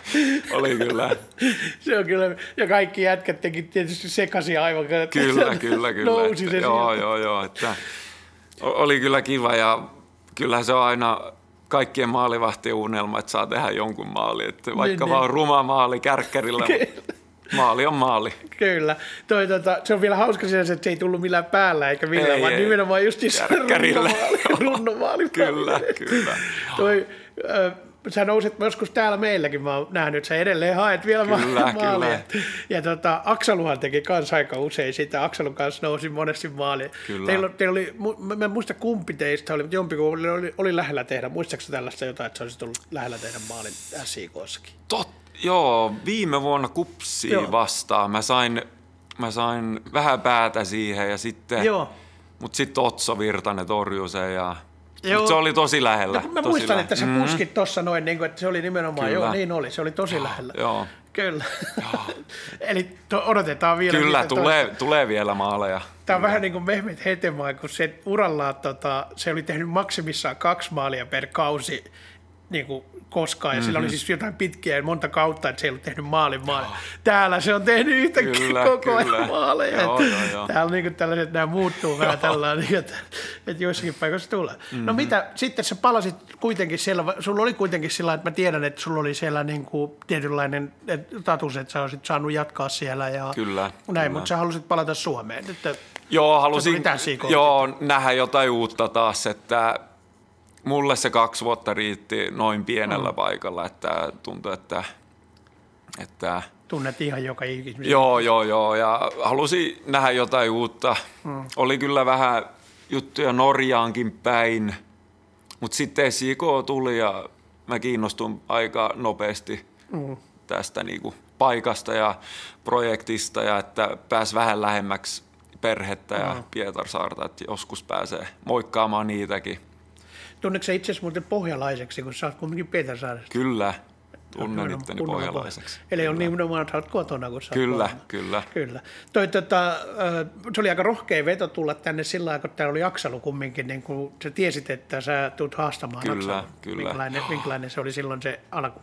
oli kyllä. Se on kyllä, ja kaikki jätkät teki tietysti sekaisin aivan. Kyllä, kyllä, kyllä. Nousi se joo, joo, joo, että oli kyllä kiva ja kyllä se on aina kaikkien maalivahtien unelma, että saa tehdä jonkun maali. Että vaikka niin, vaan niin. Ruma maali kärkkärillä, maali on maali. Kyllä. Toi, tota, se on vielä hauska sinänsä, että se ei tullut millään päällä eikä millään, ei, vaan ei. nimenomaan just runnomaali. Kyllä, kyllä. Toi, äh, sä nousit joskus täällä meilläkin, mä oon nähnyt, että sä edelleen haet vielä kyllä, maalia. Kyllä. Ja tota, Aksaluhan teki kans aika usein sitä. Aksalun kanssa nousi monesti maalia. Teillä, teillä oli, mä en muista kumpi teistä oli, mutta jompikumpi oli, oli, oli lähellä tehdä. Muistaaksä tällaista jotain, että sä olisit ollut lähellä tehdä maalin S I K:ssakin? Totta. Joo, viime vuonna Kupsia vastaan. Mä sain, mä sain vähän päätä siihen ja sitten, Joo. mut sitten Otso Virtanen torjui sen ja mut se oli tosi lähellä. No, mä tosi muistan, lähellä. että sä puskit tuossa noin, niin kuin, että se oli nimenomaan, Kyllä. joo niin oli, se oli tosi lähellä. Joo. Kyllä. Eli to, odotetaan vielä. Kyllä, tulee, tulee vielä maaleja. Tämä on vähän niin kuin Mehmet Hetemaa, kun se urallaan, tota, se oli tehnyt maksimissaan kaksi maalia per kausi niin kuin koskaan, ja mm-hmm. sillä oli siis jotain pitkiä ja monta kautta, että se ei ollut tehnyt maalin maaleja. Täällä se on tehnyt yhtäkkiä kyllä, koko ajan maaleja. Joo, joo, joo. Täällä niin kuin tällaiset, nämä muuttuu vähän tällainen, että, että joissakin paikoissa tulee. Mm-hmm. No mitä, sitten sä palasit kuitenkin siellä, sulla oli kuitenkin sillä, että mä tiedän, että sulla oli siellä niin kuin tietynlainen status, että sä olisit saanut jatkaa siellä ja kyllä, näin, kyllä. mutta sä halusit palata Suomeen. Että joo, halusin joo, nähdä jotain uutta taas, että mulle se kaksi vuotta riitti noin pienellä mm. paikalla, että tuntui, että... että tunnet ihan joka ikisen. Joo, joo, joo, ja halusin nähdä jotain uutta. Mm. Oli kyllä vähän juttuja Norjaankin päin, mutta sitten S I K tuli ja mä kiinnostun aika nopeasti mm. tästä niinku paikasta ja projektista, ja että pääsi vähän lähemmäksi perhettä ja mm. Pietarsaarta, että joskus pääsee moikkaamaan niitäkin. Tunnetko sä itse asiassa muuten pohjalaiseksi, kun sä oot kuitenkin Pietarsaaresta? Kyllä, tunnen itteni pohjalaiseksi. Eli kyllä. On nimenomaan, että sä oot kotona, kun sä kyllä, oot kyllä, kyllä. Toi, tota, se oli aika rohkea veto tulla tänne sillä lailla, kun täällä oli Aksalu kumminkin, niin kun sä tiesit, että sä tulet haastamaan kyllä, Aksalun. Kyllä, minkälainen, minkälainen se oli silloin se alku?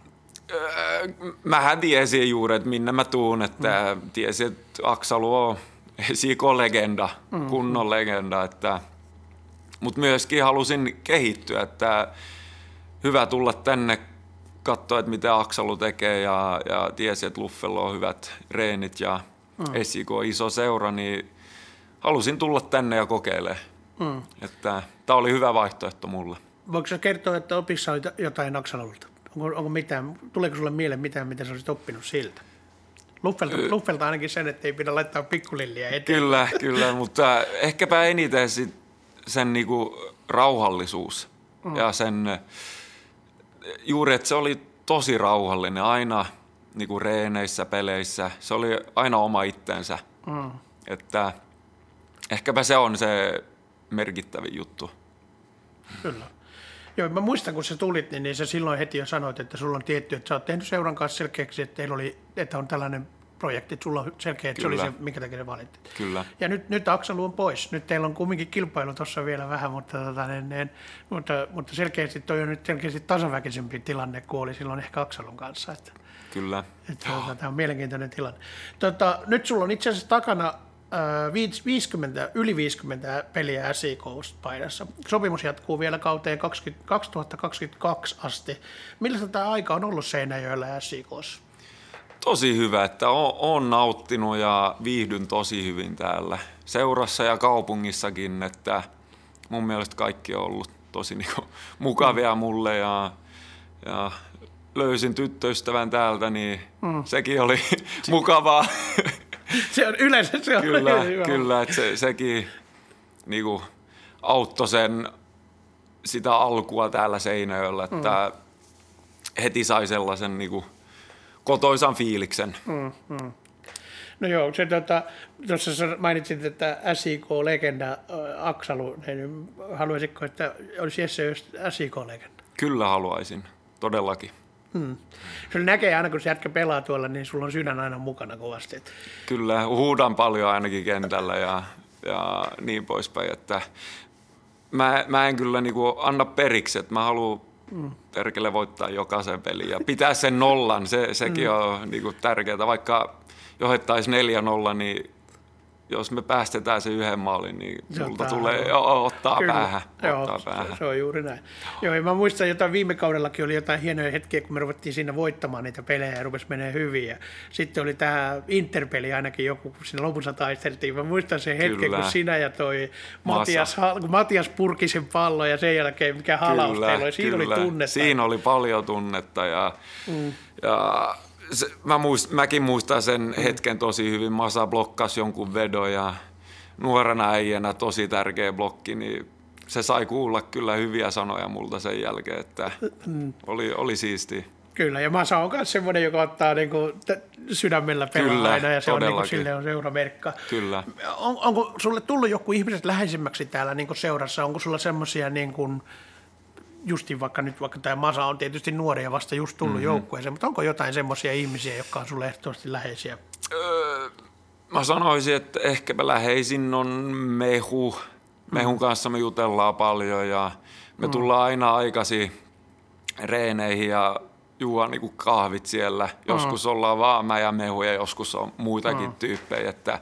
Mähän tiesin juuri, että minne mä tuun, että mm. tiesin, että Aksalu on S I K-legenda, mm. kunnon legenda, että mutta myöskin halusin kehittyä, että hyvä tulla tänne katsoa, että mitä Aksalu tekee ja, ja tiesi, että Luffella on hyvät reenit ja mm. S I K on iso seura, niin halusin tulla tänne ja kokeilemaan. Mm. Että tämä oli hyvä vaihtoehto mulle. Voitko sä kertoa, että opissa oli jotain Aksalulta? Onko, onko mitään, tuleeko sulle mieleen mitään, mitä sä olisit oppinut siltä? Luffelta, y- Luffelta ainakin sen, että ei pidä laittaa pikkulilliä eteen. Kyllä, kyllä, mutta ehkäpä eniten sit sen niinku rauhallisuus mm. ja sen juuri, että se oli tosi rauhallinen aina niinku reeneissä, peleissä. Se oli aina oma itsensä. Mm. Että ehkäpä se on se merkittävin juttu. Kyllä. Joo, mä muistan, kun sä tulit, niin, niin sä silloin heti jo sanoit, että sulla on tietty, että sä oot tehnyt seuran kanssa selkeäksi, että teillä oli, että on tällainen projekti, että sulla on selkeä, että Kyllä. se oli se, minkä takia ne valittiin. Kyllä. Ja nyt, nyt Aksalu on pois. Nyt teillä on kumminkin kilpailu tuossa vielä vähän, mutta, tota, ne, ne, mutta, mutta selkeästi toi on nyt selkeästi tasaväkisempi tilanne kuin oli silloin ehkä Aksalun kanssa. Että, Kyllä. että, tota, tämä on mielenkiintoinen tilanne. Tota, nyt sulla on itse asiassa takana viisikymmentä, yli viisikymmentä peliä S I K-paidassa. Sopimus jatkuu vielä kauteen kaksituhattakaksikymmentäkaksi asti. Millaista tämä aika on ollut Seinäjoella ja S I K:ssa? Tosi hyvä, että olen nauttinut ja viihdyn tosi hyvin täällä seurassa ja kaupungissakin, että mun mielestä kaikki on ollut tosi niinku mukavia mulle ja, ja löysin tyttöystävän täältä, niin mm. sekin oli mukavaa. Se on yleensä se on kyllä, hyvä. Kyllä, että se, sekin niinku auttoi sen sitä alkua täällä Seinäjoella, että mm. heti sai sellaisen niinku kotoisan fiiliksen. Mm, mm. No joo, se tuota, tuossa sä mainitsit, että S I K-legenda äh, Aksalu, niin haluaisitko, että olisi Jesse just S I K-legenda? Kyllä haluaisin, todellakin. Hmm. Sulla näkee aina, kun se jätkä pelaa tuolla, niin sulla on sydän aina mukana kovasti. Kyllä, huudan paljon ainakin kentällä ja, ja niin poispäin, että mä, mä en kyllä niinku anna periksi, että mä haluan mm. perkele voittaa jokaisen pelin ja pitää sen nollan, se, sekin mm. on niin kuin tärkeää, vaikka johdettaisiin neljä nolla, niin jos me päästetään se yhden maalin, niin multa tulee jo, ottaa Kyllä. päähän. Joo, ottaa päähän. Se on juuri näin. Joo, ja mä muistan jotain viime kaudellakin oli jotain hienoja hetkiä, kun me ruvettiin siinä voittamaan niitä pelejä ja rupesi menee hyvin. Ja sitten oli tämä Interpeli ainakin joku, kun siinä lopussa taisteltiin. Mä muistan sen hetken, Kyllä. kun sinä ja toi Matias, kun Matias purki sen pallon ja sen jälkeen mikä halaus teillä oli. Siinä Kyllä. oli tunnetta. Siinä oli paljon tunnetta ja... Mm. ja Se, mä muist, mäkin muistan sen hetken tosi hyvin. Masa blokkasi jonkun vedon ja nuorena äijänä tosi tärkeä blokki, niin se sai kuulla kyllä hyviä sanoja multa sen jälkeen, että oli, oli siistiä. Kyllä, ja Masa on myös semmoinen, joka ottaa niinku sydämellä pelaa aina, ja se on niinku, sille on seuramerkka. Kyllä. On, onko sulle tullut joku ihmiset läheisemmäksi täällä niinku seurassa? Onko sulla semmoisia... Niinku, justiin vaikka nyt, vaikka tämä Masa on tietysti nuoria vasta just tullut mm-hmm. joukkueeseen, mutta onko jotain semmoisia ihmisiä, jotka on sulle ehdottomasti läheisiä? Öö, mä sanoisin, että ehkäpä läheisin on Mehu. Mehun kanssa me jutellaan paljon ja me mm. tullaan aina aikaisin reeneihin ja juodaan niinku kahvit siellä. Joskus mm. ollaan vaan mä ja Mehu ja joskus on muitakin mm. tyyppejä, että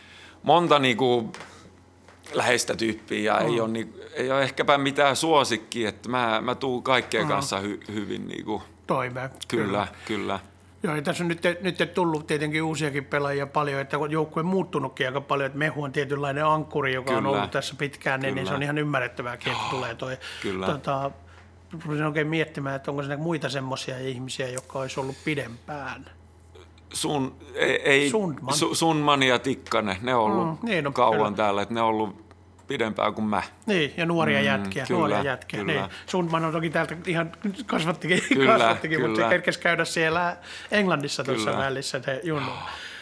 monta niinku läheistä tyyppiä ja mm. ei, ole, niin, ei ole ehkäpä mitään suosikkia, että mä, mä tuun kaikkien mm. kanssa hy, hyvin niin kuin toimeen. Kyllä, kyllä. kyllä. Joo, ja tässä on nyt, nyt tullut tietenkin uusiakin pelaajia paljon, että joukkue on muuttunutkin aika paljon, että Mehu on tietynlainen ankkuri, joka kyllä, on ollut tässä pitkään, niin, niin se on ihan ymmärrettävääkin, että tulee toi. Kyllä. Tota, rupesin oikein miettimään, että onko siinä muita semmoisia ihmisiä, jotka olisi ollut pidempään. Sun, ei, ei, Sundman. Su, Sundman ja Tikkanen, ne on ollut mm, niin on, kauan kyllä. täällä, että ne on ollut pidempään kuin mä. Niin, ja nuoria mm, jätkiä, kyllä, nuoria jätkiä. Niin. Sundman on toki täältä ihan kasvattikin, kyllä, kasvattikin kyllä. mutta se kerkesi käydä siellä Englannissa tuossa välissä se junnu.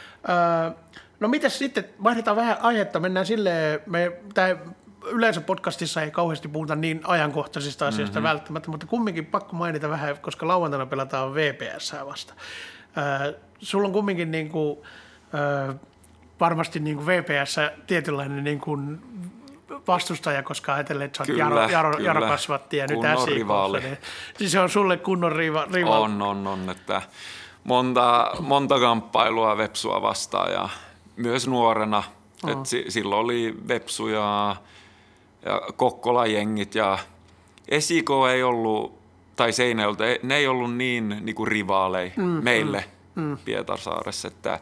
Öö, no mitäs sitten, vaihdetaan vähän aihetta, mennään silleen, me, tää, yleensä podcastissa ei kauheasti puhuta niin ajankohtaisista asioista mm-hmm. välttämättä, mutta kumminkin pakko mainita vähän, koska lauantaina pelataan V P S:ää vasta. Öö, sulla on kumminkin niin kuin, öö, varmasti niin kuin V P S tietynlainen niin kuin vastustaja, koska ajatellen, että sä oot Jaro, Jaro, Jaro kasvatti ja nyt S I K:ssa. Niin, niin se on sulle kunnon riva, riva. On, on, on. Että monta, monta kamppailua Vepsua vastaan ja myös nuorena. Oh. Et si, silloin oli Vepsu ja, ja Kokkola-jengit ja S I K ei ollut, tai Seinäjolta, ne ei ollut niin, niin kuin rivaaleja mm, meille mm, mm. Pietarsaaressa, että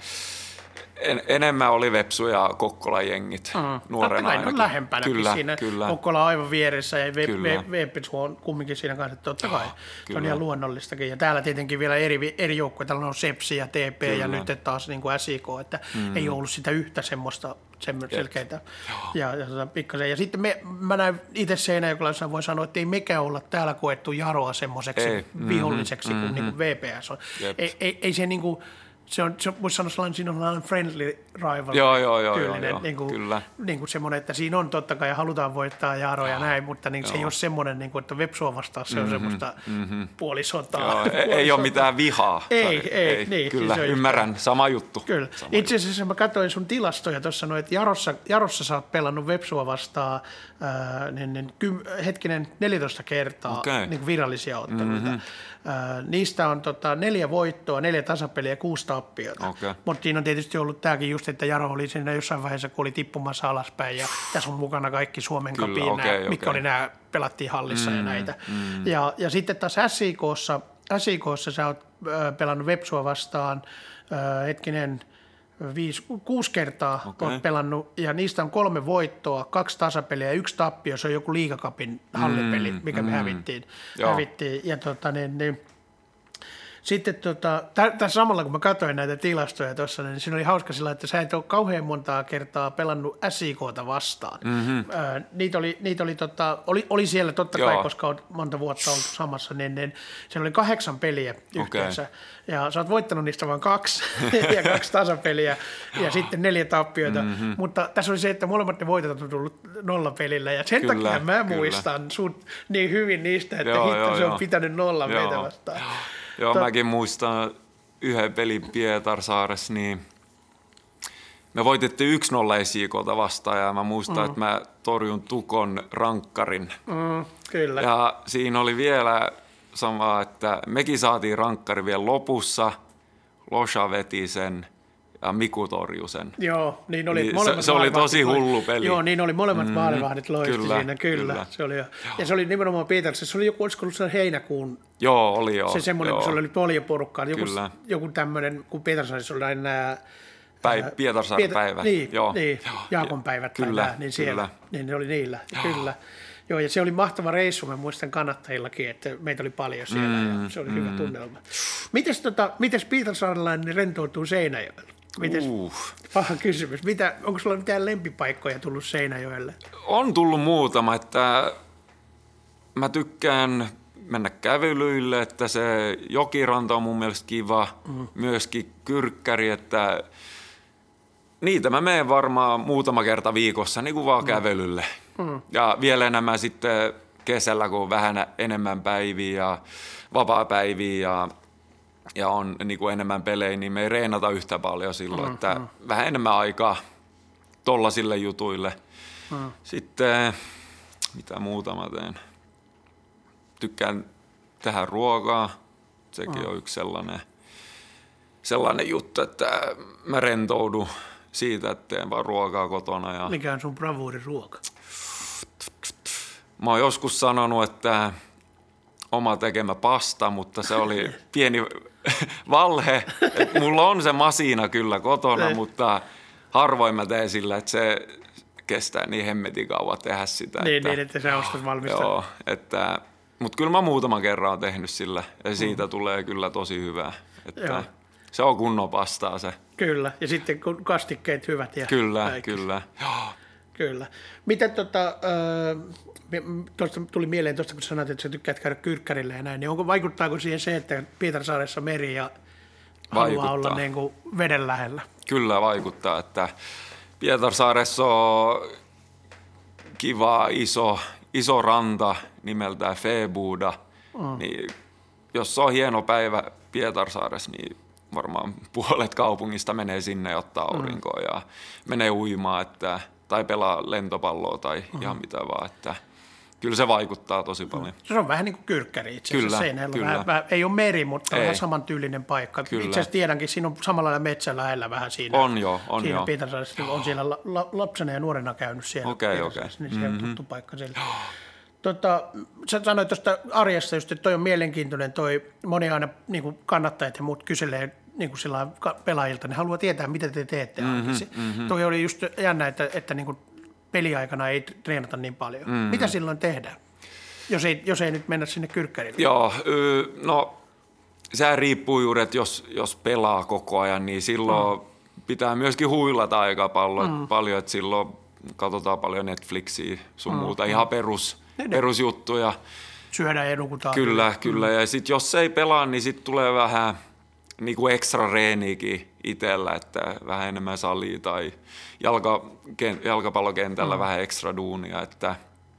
En, enemmän oli Vepsu ja Kokkola-jengit mm. nuorena ainakin. On lähempänäkin kyllä, siinä. Kyllä. Kokkola on aivan vieressä ja Vepsu on kumminkin siinä kanssa, että totta kai. Oh, se on ihan luonnollistakin. Ja täällä tietenkin vielä eri, eri joukkoja. Täällä on Sepsi ja T P kyllä. ja nyt taas niin kuin S I K, että mm. ei ollut sitä yhtä semmoista selkeitä. Ja, ja, ja, ja sitten me, mä näin itse Seinäjoella, voi sanoa, että ei mekään olla täällä koettu Jaroa semmoiseksi ei. viholliseksi mm-hmm. kuin, mm-hmm. niin kuin V P S on. Ei, ei, ei se niin kuin... Se on, se voisi sanoa sellainen, siinä on sellainen friendly rival joo, joo, joo, tyylinen, joo, niin kuin, kyllä. Niin kuin semmoinen, että siinä on totta kai ja halutaan voittaa Jaro ja näin, mutta niin se ei ole semmoinen, niin kuin, että Vepsua vastaan se on mm-hmm, semmoista mm-hmm. puolisotaa. Joo, puolisotaa. Ei ole mitään vihaa. Ei, ei, ei niin. Kyllä, siis ymmärrän, just, sama juttu. Kyllä. Sama Itse asiassa juttu. Mä katsoin sun tilastoja tuossa, no, että Jarossa, Jarossa sä oot pelannut Vepsua vastaan äh, niin, niin, kym, hetkinen neljätoista kertaa okay. niin virallisia otteluita. Mm-hmm. Äh, niistä on tota, neljä voittoa, neljä tasapeliä ja kuusi tappiota. Okay. Mutta siinä on tietysti ollut tämäkin just, että Jaro oli siinä jossain vaiheessa, kun oli tippumassa alaspäin ja tässä on mukana kaikki Suomen Kyllä, kapiin, okay, nää, okay. mitkä oli nämä, pelattiin hallissa mm, ja näitä. Mm. Ja, ja sitten taas S I K:ssa, S I K:ssa sä oot äh, pelannut Vepsua vastaan, äh, hetkinen, viisi, kuusi kertaa okay. olet pelannut, ja niistä on kolme voittoa, kaksi tasapeliä ja yksi tappio. Se on joku liigacupin hallipeli, mm, mikä mm, me hävittiin. hävittiin. Ja tota, niin, niin, sitten tota, tässä samalla kun mä katsoin näitä tilastoja tuossa, niin siinä oli hauska sillä, että sä et ole kauhean montaa kertaa pelannut S I K:ta vastaan. Mm-hmm. Ö, niitä oli, niitä oli, tota, oli, oli siellä totta kai, Joo. koska olet monta vuotta ollut samassa, niin, niin siellä oli kahdeksan peliä yhteensä. Okay. Ja sä oot voittanut niistä vain kaksi ja kaksi tasapeliä ja sitten neljä tappioita. Mm-hmm. Mutta tässä oli se, että molemmat ne voitot on tullut nollapelillä ja sen kyllä, takia mä kyllä. muistan sut niin hyvin niistä, että joo, hitto joo, se on joo. pitänyt nolla meitä vastaan. Joo, Tot... mäkin muistan yhden pelin Pietarsaaressa, niin me voitettiin yksi nolla S I K:ta vastaan ja mä muistan, mm. että mä torjun Tukon rankkarin. Mm, kyllä. Ja siinä oli vielä sama, että mekin saatiin rankkari vielä lopussa, Losha veti sen ja Miku torjui sen. Joo, niin oli niin molemmat se, se oli tosi hullu peli. Joo, niin oli molemmat mm, maalivahdit loisti kyllä, siinä, kyllä. kyllä. Se oli, ja se oli nimenomaan Pietarissa, se oli joku, olisiko ollut se heinäkuun, joo, oli joo. se semmoinen, joo. kun se oli paljon porukkaa, joku, kyllä. joku tämmöinen, kun Pietarsaarissa oli aina nämä Päiv- Pietarsaaren päivä. Niin, joo. niin Jaakon päivät kyllä, nää, niin siellä, kyllä. niin ne oli niillä, kyllä. Joo, ja se oli mahtava reissu, mä muistan kannattajillakin, että meitä oli paljon siellä mm, ja se oli mm. hyvä tunnelma. Mites, tota, mites Pietarsaarelainen rentoutuu Seinäjoella? Mites, uh. paha kysymys. Mitä, onko sulla mitään lempipaikkoja tullut Seinäjoelle? On tullut muutama, että mä tykkään mennä kävelyille, että se jokiranta on mun mielestä kiva, mm. myöskin Kyrkkäri, että niitä mä menen varmaan muutama kerta viikossa niin kuin vaan mm. kävelylle. Mm. Ja vielä enemmän sitten kesällä, kun on vähän enemmän päiviä ja vapaapäiviä ja, ja on niin kuin enemmän pelejä, niin me ei reenata yhtä paljon silloin, mm. että mm. vähän enemmän aikaa tollasille jutuille. Mm. Sitten mitä muuta mä teen? Tykkään tehdä ruokaa, sekin mm. on yksi sellainen, sellainen juttu, että mä rentoudun siitä, että teen vaan ruokaa kotona. Ja mikä on sun bravuuriruoka? Mä oon joskus sanonut, että oma tekemä pasta, mutta se oli pieni valhe. Että mulla on se masina kyllä kotona, mutta harvoin mä teen sillä, että se kestää niin hemmetin kauan tehdä sitä. Niin, että, niin että sä ostat valmista. Joo, että, mutta kyllä mä muutaman kerran oon tehnyt sillä ja siitä mm. tulee kyllä tosi hyvää. Että se on kunnon pastaa se. Kyllä, ja sitten kun kastikkeet hyvät. Ja kyllä, kaikki. kyllä. Kyllä. Mitä tota, tuosta tuli mieleen tuosta, kun sanoit, että sä tykkäät käydä Kyrkkärillä ja näin, niin onko, vaikuttaako siihen se, että Pietarsaaressa meri ja haluaa olla niin kuin veden lähellä? Kyllä vaikuttaa, että Pietarsaaressa on kiva iso, iso ranta nimeltään Febuda, mm. niin jos on hieno päivä Pietarsaaressa, niin varmaan puolet kaupungista menee sinne ja ottaa aurinkoa mm. ja menee uimaan, että, tai pelaa lentopalloa tai mm. ihan mitä vaan, että kyllä se vaikuttaa tosi paljon. Se on vähän niin kuin Kyrkkäri itse asiassa. Kyllä, kyllä. Vähän, vähän, ei ole meri, mutta ei. Vähän samantyylinen paikka. Kyllä. Itse asiassa tiedänkin, siinä on samalla lailla metsä lähellä vähän siinä. On jo, on siinä jo. Pietarsaaressa on siellä la, la, lapsena ja nuorena käynyt siellä. Okei, okei. Niin siellä on tuttu paikka siellä. Tota, sä sanoit tuosta arjesta just, että toi on mielenkiintoinen, toi moni aina niin kannattajat ja muut kyselee niin kuin sillä pelaajilta, ne haluaa tietää, mitä te teette. Mm-hmm, mm-hmm. Toi oli just jännä, että, että niin kuin peliaikana ei treenata niin paljon. Mm-hmm. Mitä silloin tehdään, jos ei, jos ei nyt mennä sinne Kyrkkärille? Joo, no se riippuu juuri, että jos, jos pelaa koko ajan, niin silloin mm. pitää myöskin huilata aika paljon, mm. paljon että silloin katsotaan paljon Netflixiä sun mm. muuta, ihan perus, perusjuttuja. Syödään ja nukutaan. Kyllä, kyllä. Mm. Ja sitten jos ei pelaa, niin sitten tulee vähän niin kuin ekstra reeniäkin itsellä, että vähän enemmän salia tai jalka, jalkapallokentällä mm. vähän ekstra duunia. Että,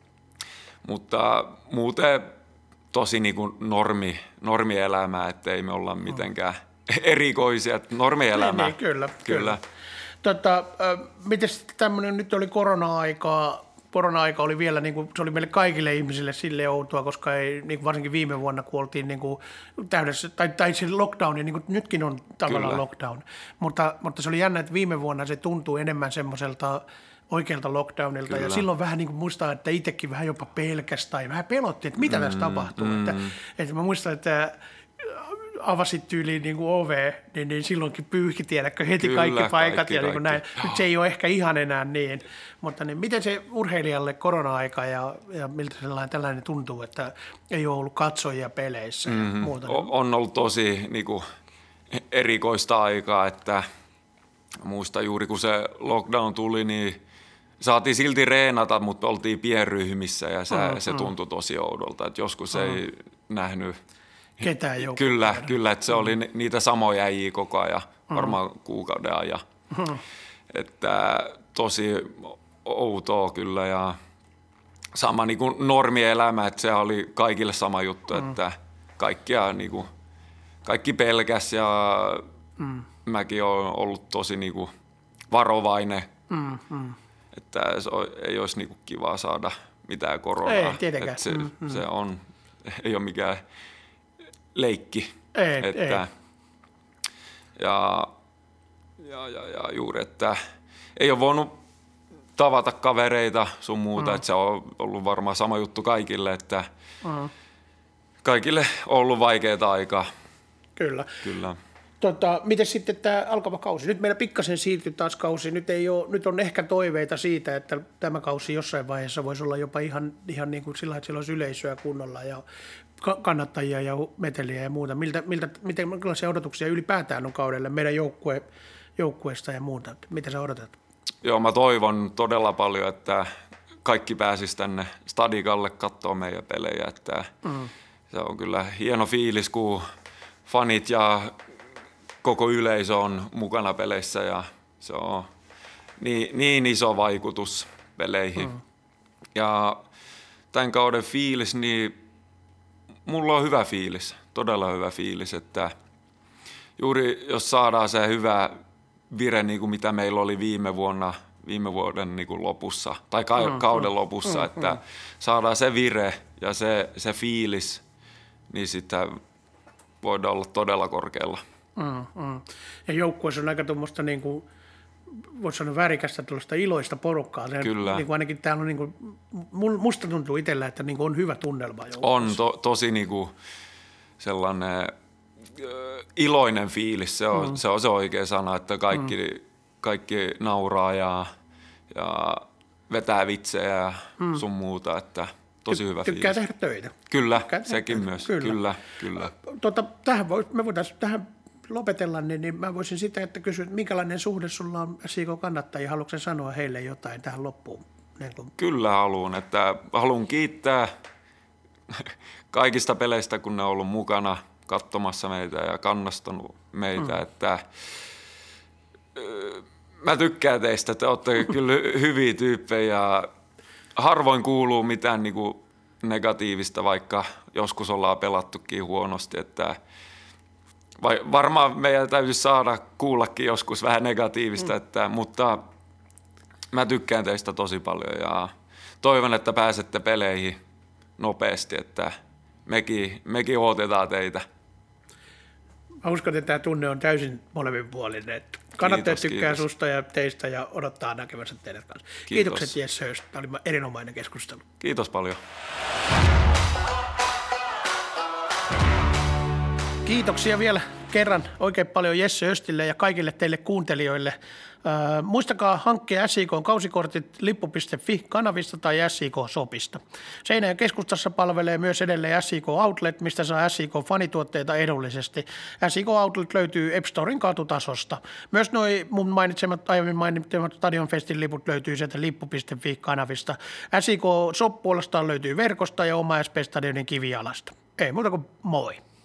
mutta muuten tosi niin kuin normi, normielämää, että ei me olla mitenkään mm. erikoisia. Normielämää. Niin, niin, kyllä, kyllä. kyllä. Tota, äh, miten sitten tämmöinen, nyt oli korona-aikaa, korona-aika oli vielä, niin kuin, se oli meille kaikille ihmisille sille outoa, koska ei, niin kuin varsinkin viime vuonna, kun oltiin niin kuin täydessä, tai, tai se lockdown, niin kuin nytkin on tavallaan Kyllä. lockdown, mutta, mutta se oli jännä, että viime vuonna se tuntui enemmän semmoiselta oikealta lockdownilta, Kyllä. ja silloin vähän niin kuin muistaa, että itsekin vähän jopa pelkäsi tai vähän pelotti, että mitä mm, tässä tapahtuu. Mm. Että, että mä muistan, että avasit tyyliin niin kuin ove, niin, niin silloinkin pyyhki, tiedätkö, heti Kyllä, kaikki paikat kaikki, ja niin kuin näin. Nyt se ei ole ehkä ihan enää niin, mutta niin, miten se urheilijalle korona-aika ja, ja miltä sellainen tällainen tuntuu, että ei ole ollut katsojia peleissä ja mm-hmm. muuta? On, on ollut tosi niin kuin, erikoista aikaa, että muista juuri kun se lockdown tuli, niin saatiin silti reenata, mutta oltiin pienryhmissä ja se, mm-hmm. se tuntui tosi oudolta, että joskus mm-hmm. ei nähnyt ketään joukkoa. Kyllä, kyllä, että se oli niitä samoja äijiä koko ajan, varmaan mm. kuukauden ajan. Mm. Että tosi outoa kyllä ja sama niin kuin normielämä, että se oli kaikille sama juttu, mm. että kaikkia niin kuin, kaikki pelkäs ja mm. mäkin olen ollut tosi niin kuin varovainen, mm. Mm. että se ei olisi niin kuin kivaa saada mitään koronaa. Ei, tietenkään. Että se, mm. se on, ei ole mikään leikki. Ei, että, ei. Ja, ja, ja, ja juuri, että ei ole voinut tavata kavereita sun muuta, mm. että se on ollut varmaan sama juttu kaikille, että mm. kaikille on ollut vaikeaa aikaa. Kyllä. Kyllä. Tota, miten sitten tämä alkava kausi? Nyt meillä pikkasen siirtyi taas kausi. Nyt, ei ole, nyt on ehkä toiveita siitä, että tämä kausi jossain vaiheessa voisi olla jopa ihan, ihan niin kuin sillä, että siellä olisi yleisöä kunnolla ja kannattajia ja meteliä ja muuta. Miltä, miltä, miten, millaisia odotuksia ylipäätään on kaudelle meidän joukkue, joukkueesta ja muuta? Mitä sä odotat? Joo, mä toivon todella paljon, että kaikki pääsis tänne Stadikalle katsoa meidän pelejä. Että mm. Se on kyllä hieno fiilis, kun fanit ja koko yleisö on mukana peleissä ja se on niin, niin iso vaikutus peleihin. Mm. Ja tämän kauden fiilis, niin mulla on hyvä fiilis, todella hyvä fiilis, että juuri jos saadaan se hyvä vire, niin kuin mitä meillä oli viime vuonna, viime vuoden niin kuin lopussa, tai ka- mm, kauden mm, lopussa, mm, että mm. saadaan se vire ja se, se fiilis, niin sitä voidaan olla todella korkealla. Mm, mm. Ja joukkueessa on aika tuommoista, niin kuin, voisi sanoa värikästä tuollaista iloista porukkaa. Se, Kyllä. Niin kuin ainakin täällä on, niin kuin, musta tuntuu itsellä, että niin kuin on hyvä tunnelma joukkueessa. On to, tosi niin kuin sellainen iloinen fiilis, se on, mm. se on se oikea sana, että kaikki, mm. kaikki nauraa ja, ja vetää vitsejä ja mm. sun muuta, että tosi Ty- hyvä tykkää fiilis. Tykkää tehdä töitä. Kyllä, tykkää sekin tehdä. myös, kyllä. kyllä, kyllä. Tota, tähän vois, me voitaisiin tähän lopetella, niin, niin mä voisin sitä, että kysyä, että minkälainen suhde sulla on S I K-kannattajia, haluatko sen sanoa heille jotain tähän loppuun? Niin kuin... Kyllä haluan, että haluan kiittää kaikista peleistä, kun ne on ollut mukana katsomassa meitä ja kannastanut meitä, mm. että mä tykkään teistä, te olette kyllä hyviä tyyppejä ja harvoin kuuluu mitään niin kuin negatiivista, vaikka joskus ollaan pelattukin huonosti, että vai, varmaan meidän täytyisi saada kuullakin joskus vähän negatiivista, mm. että, mutta mä tykkään teistä tosi paljon ja toivon, että pääsette peleihin nopeasti, että mekin, mekin odotetaan teitä. Mä uskon, että tämä tunne on täysin molemminpuolinen. Kannattajat tykkää kiitos. Susta ja teistä ja odottaa näkemänsä teidät kanssa. Kiitos. Kiitokset Jesse Öst. Tämä oli erinomainen keskustelu. Kiitos paljon. Kiitoksia vielä kerran oikein paljon Jesse Östille ja kaikille teille kuuntelijoille. Äh, muistakaa hankkia S I K:n kausikortit lippu piste fi-kanavista tai S I K-shopista. Seinäjoen keskustassa palvelee myös edelleen S I K Outlet, mistä saa S I K-fanituotteita edullisesti. S I K Outlet löytyy App Storen katutasosta. Myös noi mun mainitsemat, aiemmin mainitsemat Stadionfestin liput löytyy sieltä lippu piste fi-kanavista. S I K Shop puolestaan löytyy verkosta ja oma S P Stadionin kivijalasta. Ei muuta kuin moi!